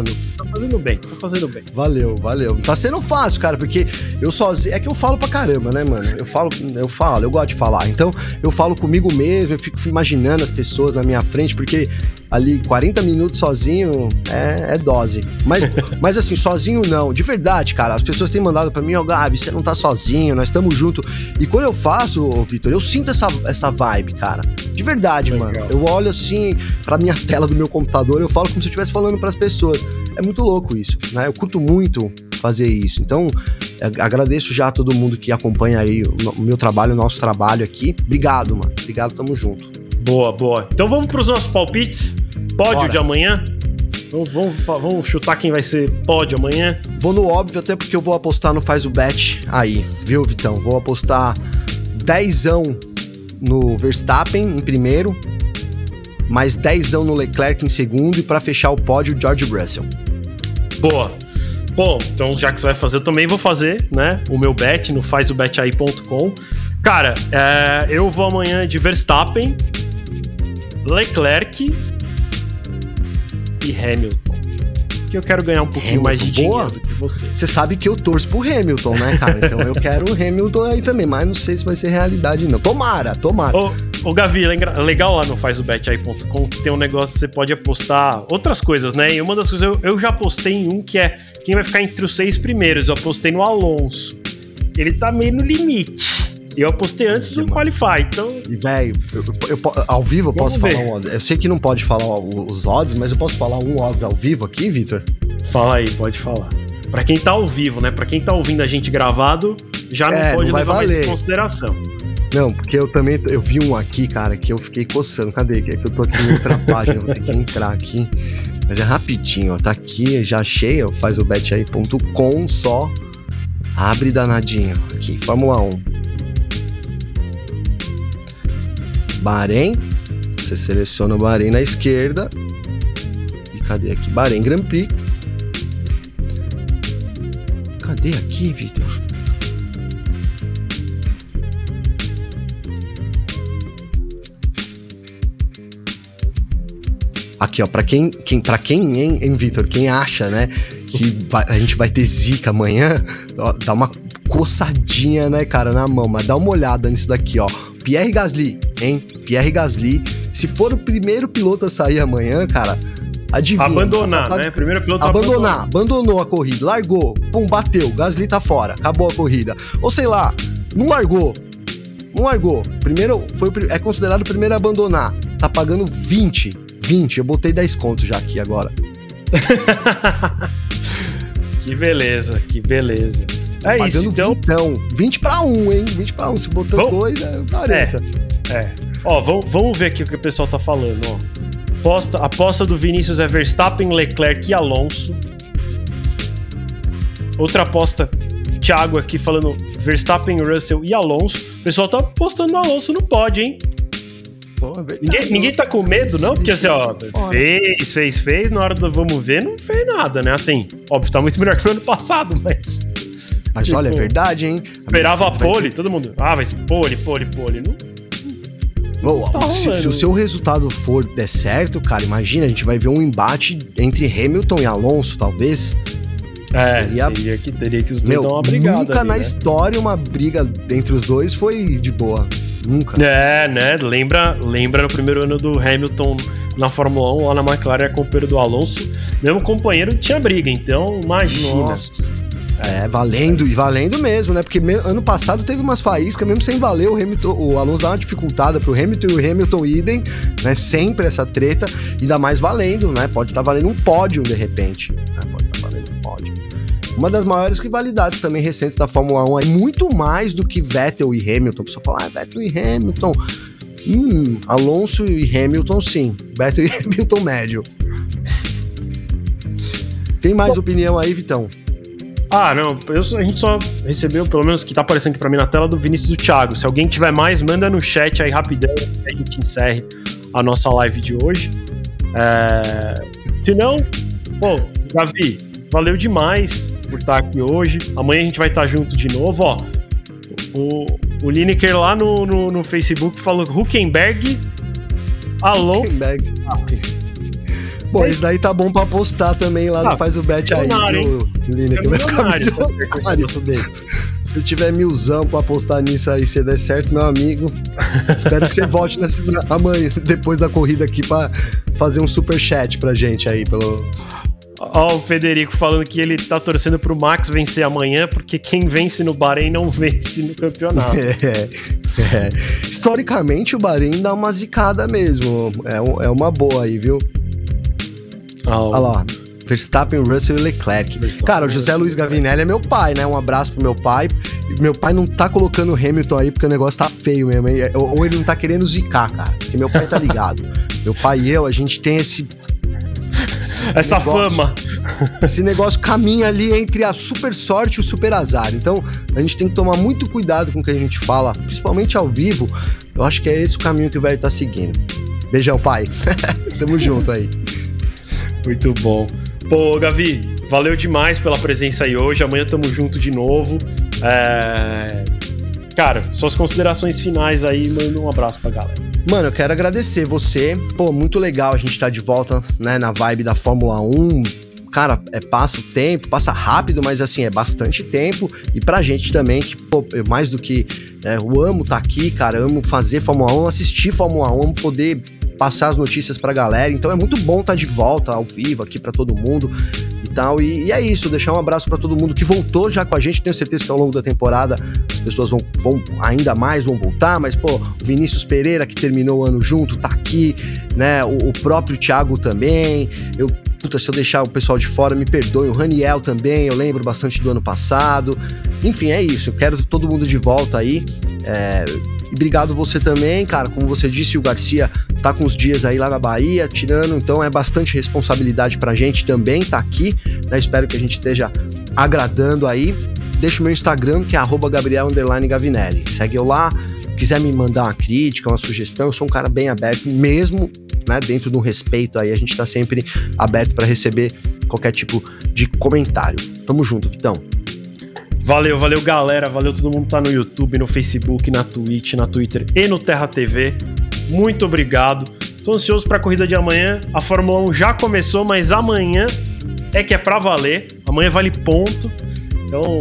Tá fazendo bem. Valeu. Tá sendo fácil, cara, porque eu sozinho... É que eu falo pra caramba, né, mano? Eu gosto de falar. Então, eu falo comigo mesmo, eu fico imaginando as pessoas na minha frente, porque ali 40 minutos sozinho é dose. Mas assim, sozinho não. De verdade, cara, as pessoas têm mandado pra mim, Gabi, você não tá sozinho, nós estamos juntos. E quando eu faço, Vitor, eu sinto essa vibe, cara. De verdade, legal. Mano. Eu olho assim pra minha tela do meu computador, eu falo como se eu estivesse falando pras pessoas. É muito louco isso, né? Eu curto muito fazer isso. Então, agradeço já a todo mundo que acompanha aí o meu trabalho, o nosso trabalho aqui. Obrigado, mano. Obrigado, tamo junto. Boa. Então vamos pros nossos palpites. Pódio Bora. De amanhã. Vamos chutar quem vai ser pódio amanhã. Vou no óbvio, até porque eu vou apostar no Faz o Bet aí, viu, Vitão? Vou apostar 10ão no Verstappen em primeiro, mais 10ão no Leclerc em segundo, e pra fechar o pódio, George Russell. Boa. Bom, então já que você vai fazer, eu também vou fazer, né? O meu bet no fazobetai.com. Cara, eu vou amanhã de Verstappen, Leclerc e Hamilton. Que eu quero ganhar um pouquinho mais de dinheiro do que você. Você sabe que eu torço pro Hamilton, né, cara? Então eu quero o Hamilton aí também, mas não sei se vai ser realidade, não. Tomara. Ô Gavi, legal lá no fazobetai.com que tem um negócio que você pode apostar outras coisas, né? E uma das coisas, eu já apostei em um que é quem vai ficar entre os 6 primeiros. Eu apostei no Alonso. Ele tá meio no limite. E eu apostei antes do Qualify, então... E, velho, eu ao vivo eu posso falar um odds. Eu sei que não pode falar os odds, mas eu posso falar um odds ao vivo aqui, Vitor? Fala aí, pode falar. Pra quem tá ao vivo, né? Pra quem tá ouvindo a gente gravado, já não pode levar mais em consideração. Não, porque eu vi um aqui, cara, que eu fiquei coçando. Cadê? Que eu tô aqui na outra página, vou ter que entrar aqui. Mas é rapidinho, ó. Tá aqui, já achei, ó. Fazobetai.com, só abre danadinho. Aqui, Fórmula 1. Bahrein, você seleciona o Bahrein na esquerda. E cadê aqui? Bahrein Grand Prix. Cadê aqui, Victor? Aqui, ó, pra quem, hein, Victor, quem acha, né, que a gente vai ter zica amanhã, ó, dá uma coçadinha, né, cara, na mão, mas dá uma olhada nisso daqui, ó. Pierre Gasly, hein? Pierre Gasly, se for o primeiro piloto a sair amanhã, cara, adivinha. Abandonar, né? Primeiro piloto abandonou a corrida, largou, pum, bateu, Gasly tá fora, acabou a corrida. Ou sei lá, não largou. Primeiro, é considerado o primeiro a abandonar. Tá pagando 20, eu botei 10 contos já aqui agora. Que beleza. É pagando isso, então. 20 pra 1, hein? 20 pra 1, se botou 2, é 40. Ó, vamos ver aqui o que o pessoal tá falando, ó. A aposta do Vinícius é Verstappen, Leclerc e Alonso. Outra aposta, Thiago aqui falando Verstappen, Russell e Alonso. O pessoal tá apostando no Alonso no pódio, hein? Pô, é verdade, ninguém tá com medo, não? Porque assim, ó, fez, na hora do vamos ver, não fez nada, né? Assim, óbvio, tá muito melhor que no ano passado, mas... Mas olha, é verdade, hein? Esperava a pole, todo mundo... vai ser pole, não... Se o seu resultado der certo, cara, imagina, a gente vai ver um embate entre Hamilton e Alonso, talvez. Teria que os dois dar uma brigada. Nunca ali, na né? história uma briga entre os dois foi de boa. Nunca. Né? Lembra no primeiro ano do Hamilton na Fórmula 1, lá na McLaren, era companheiro do Alonso. Mesmo companheiro tinha briga, então imagina. Nossa. Valendo mesmo, né? Porque ano passado teve umas faíscas, mesmo sem valer, o Alonso dá uma dificultada pro Hamilton e o Hamilton idem, né? Sempre essa treta, ainda mais valendo, né? Pode estar valendo um pódio de repente, né? Uma das maiores rivalidades também recentes da Fórmula 1 é muito mais do que Vettel e Hamilton. A pessoa fala, Vettel e Hamilton. Alonso e Hamilton, sim. Vettel e Hamilton médio. Tem mais opinião aí, Vitão? Não, a gente só recebeu, pelo menos que tá aparecendo aqui pra mim na tela, do Vinícius do Thiago. Se alguém tiver mais, manda no chat aí rapidão, que a gente encerre a nossa live de hoje. Se não, Davi, valeu demais por estar aqui hoje. Amanhã a gente vai estar junto de novo, ó. O Lineker lá no Facebook falou Huckenberg, Alonso. Bom, isso daí tá bom pra apostar também lá, faz o bet aí, viu, Lineker? Vai ficar milionário. Se tiver 1000zão pra apostar nisso aí, se der certo, meu amigo, espero que você volte amanhã, depois da corrida aqui, pra fazer um superchat pra gente aí, Ó, o Federico falando que ele tá torcendo pro Max vencer amanhã, porque quem vence no Bahrein não vence no campeonato. Historicamente, o Bahrein dá uma zicada mesmo. É uma boa aí, viu? Olha lá. Verstappen, Russell e Leclerc. Cara, o José Luiz Gavinelli é meu pai, né? Um abraço pro meu pai. Meu pai não tá colocando o Hamilton aí porque o negócio tá feio mesmo. Ou ele não tá querendo zicar, cara. Porque meu pai tá ligado. Meu pai e eu, a gente tem essa fama. Esse negócio caminha ali entre a super sorte e o super azar. Então, a gente tem que tomar muito cuidado com o que a gente fala, principalmente ao vivo. Eu acho que é esse o caminho que vai estar seguindo. Beijão, pai. Tamo junto aí. Muito bom. Pô, Gavi, valeu demais pela presença aí hoje. Amanhã tamo junto de novo. Cara, suas considerações finais aí, manda um abraço pra galera. Mano, eu quero agradecer você. Pô, muito legal a gente tá de volta, né, na vibe da Fórmula 1. Cara, passa o tempo, passa rápido, mas assim, é bastante tempo. E pra gente também, que, pô, mais do que... eu amo tá aqui, cara, amo fazer Fórmula 1, assistir Fórmula 1, amo poder passar as notícias pra galera. Então é muito bom tá de volta ao vivo aqui pra todo mundo e tal. E é isso, deixar um abraço pra todo mundo que voltou já com a gente. Tenho certeza que ao longo da temporada as pessoas vão ainda mais vão voltar, mas, pô, o Vinícius Pereira, que terminou o ano junto, tá aqui, né? O próprio Thiago também. Se eu deixar o pessoal de fora, me perdoe. O Raniel também, eu lembro bastante do ano passado. Enfim, é isso. Eu quero todo mundo de volta aí. E obrigado você também, cara. Como você disse, o Garcia tá com os dias aí lá na Bahia, tirando. Então é bastante responsabilidade pra gente também tá aqui, né? Espero que a gente esteja agradando aí. Deixa o meu Instagram, que é @Gabriel_Gavinelli. Segue eu lá. Quiser me mandar uma crítica, uma sugestão, eu sou um cara bem aberto, mesmo, né, dentro de um respeito aí, a gente tá sempre aberto para receber qualquer tipo de comentário. Tamo junto, Vitão. Valeu, galera, valeu todo mundo que tá no YouTube, no Facebook, na Twitch, na Twitter e no Terra TV. Muito obrigado. Tô ansioso pra corrida de amanhã. A Fórmula 1 já começou, mas amanhã é que é pra valer. Amanhã vale ponto. Então,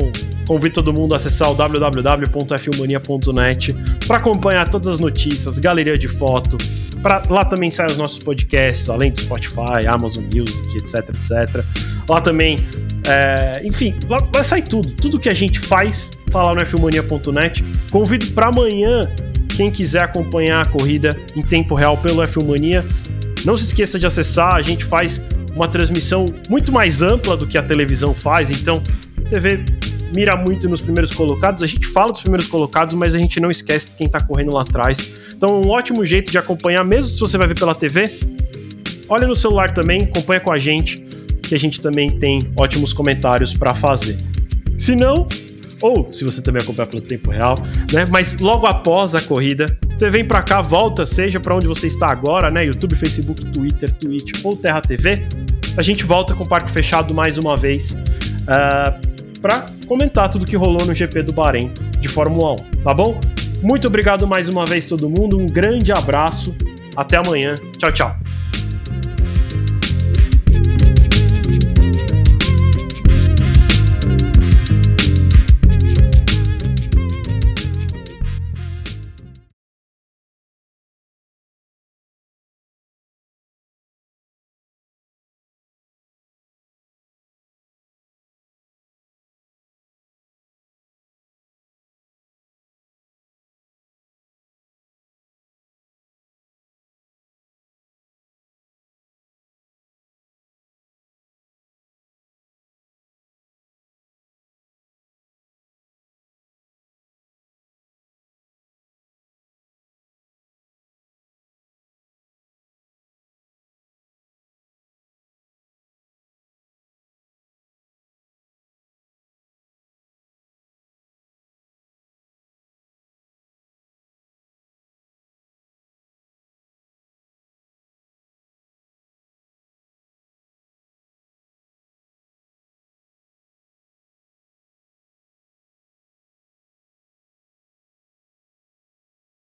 Convido todo mundo a acessar o www.f1mania.net para acompanhar todas as notícias, galeria de foto. Lá também saem os nossos podcasts, além do Spotify, Amazon Music, etc, etc. Lá também, enfim, lá vai sair tudo. Tudo que a gente faz tá lá no f1mania.net. Convido para amanhã, quem quiser acompanhar a corrida em tempo real pelo F1 Mania. Não se esqueça de acessar, a gente faz uma transmissão muito mais ampla do que a televisão faz, então a TV mira muito nos primeiros colocados, a gente fala dos primeiros colocados, mas a gente não esquece de quem tá correndo lá atrás. Então um ótimo jeito de acompanhar, mesmo se você vai ver pela TV, olha no celular também, acompanha com a gente, que a gente também tem ótimos comentários para fazer. Se não, ou se você também acompanha pelo tempo real, né? Mas logo após a corrida, você vem para cá, volta, seja para onde você está agora, né? YouTube, Facebook, Twitter, Twitch ou Terra TV. A gente volta com o Parque Fechado mais uma vez para comentar tudo que rolou no GP do Bahrein de Fórmula 1, tá bom? Muito obrigado mais uma vez todo mundo, um grande abraço, até amanhã, tchau, tchau.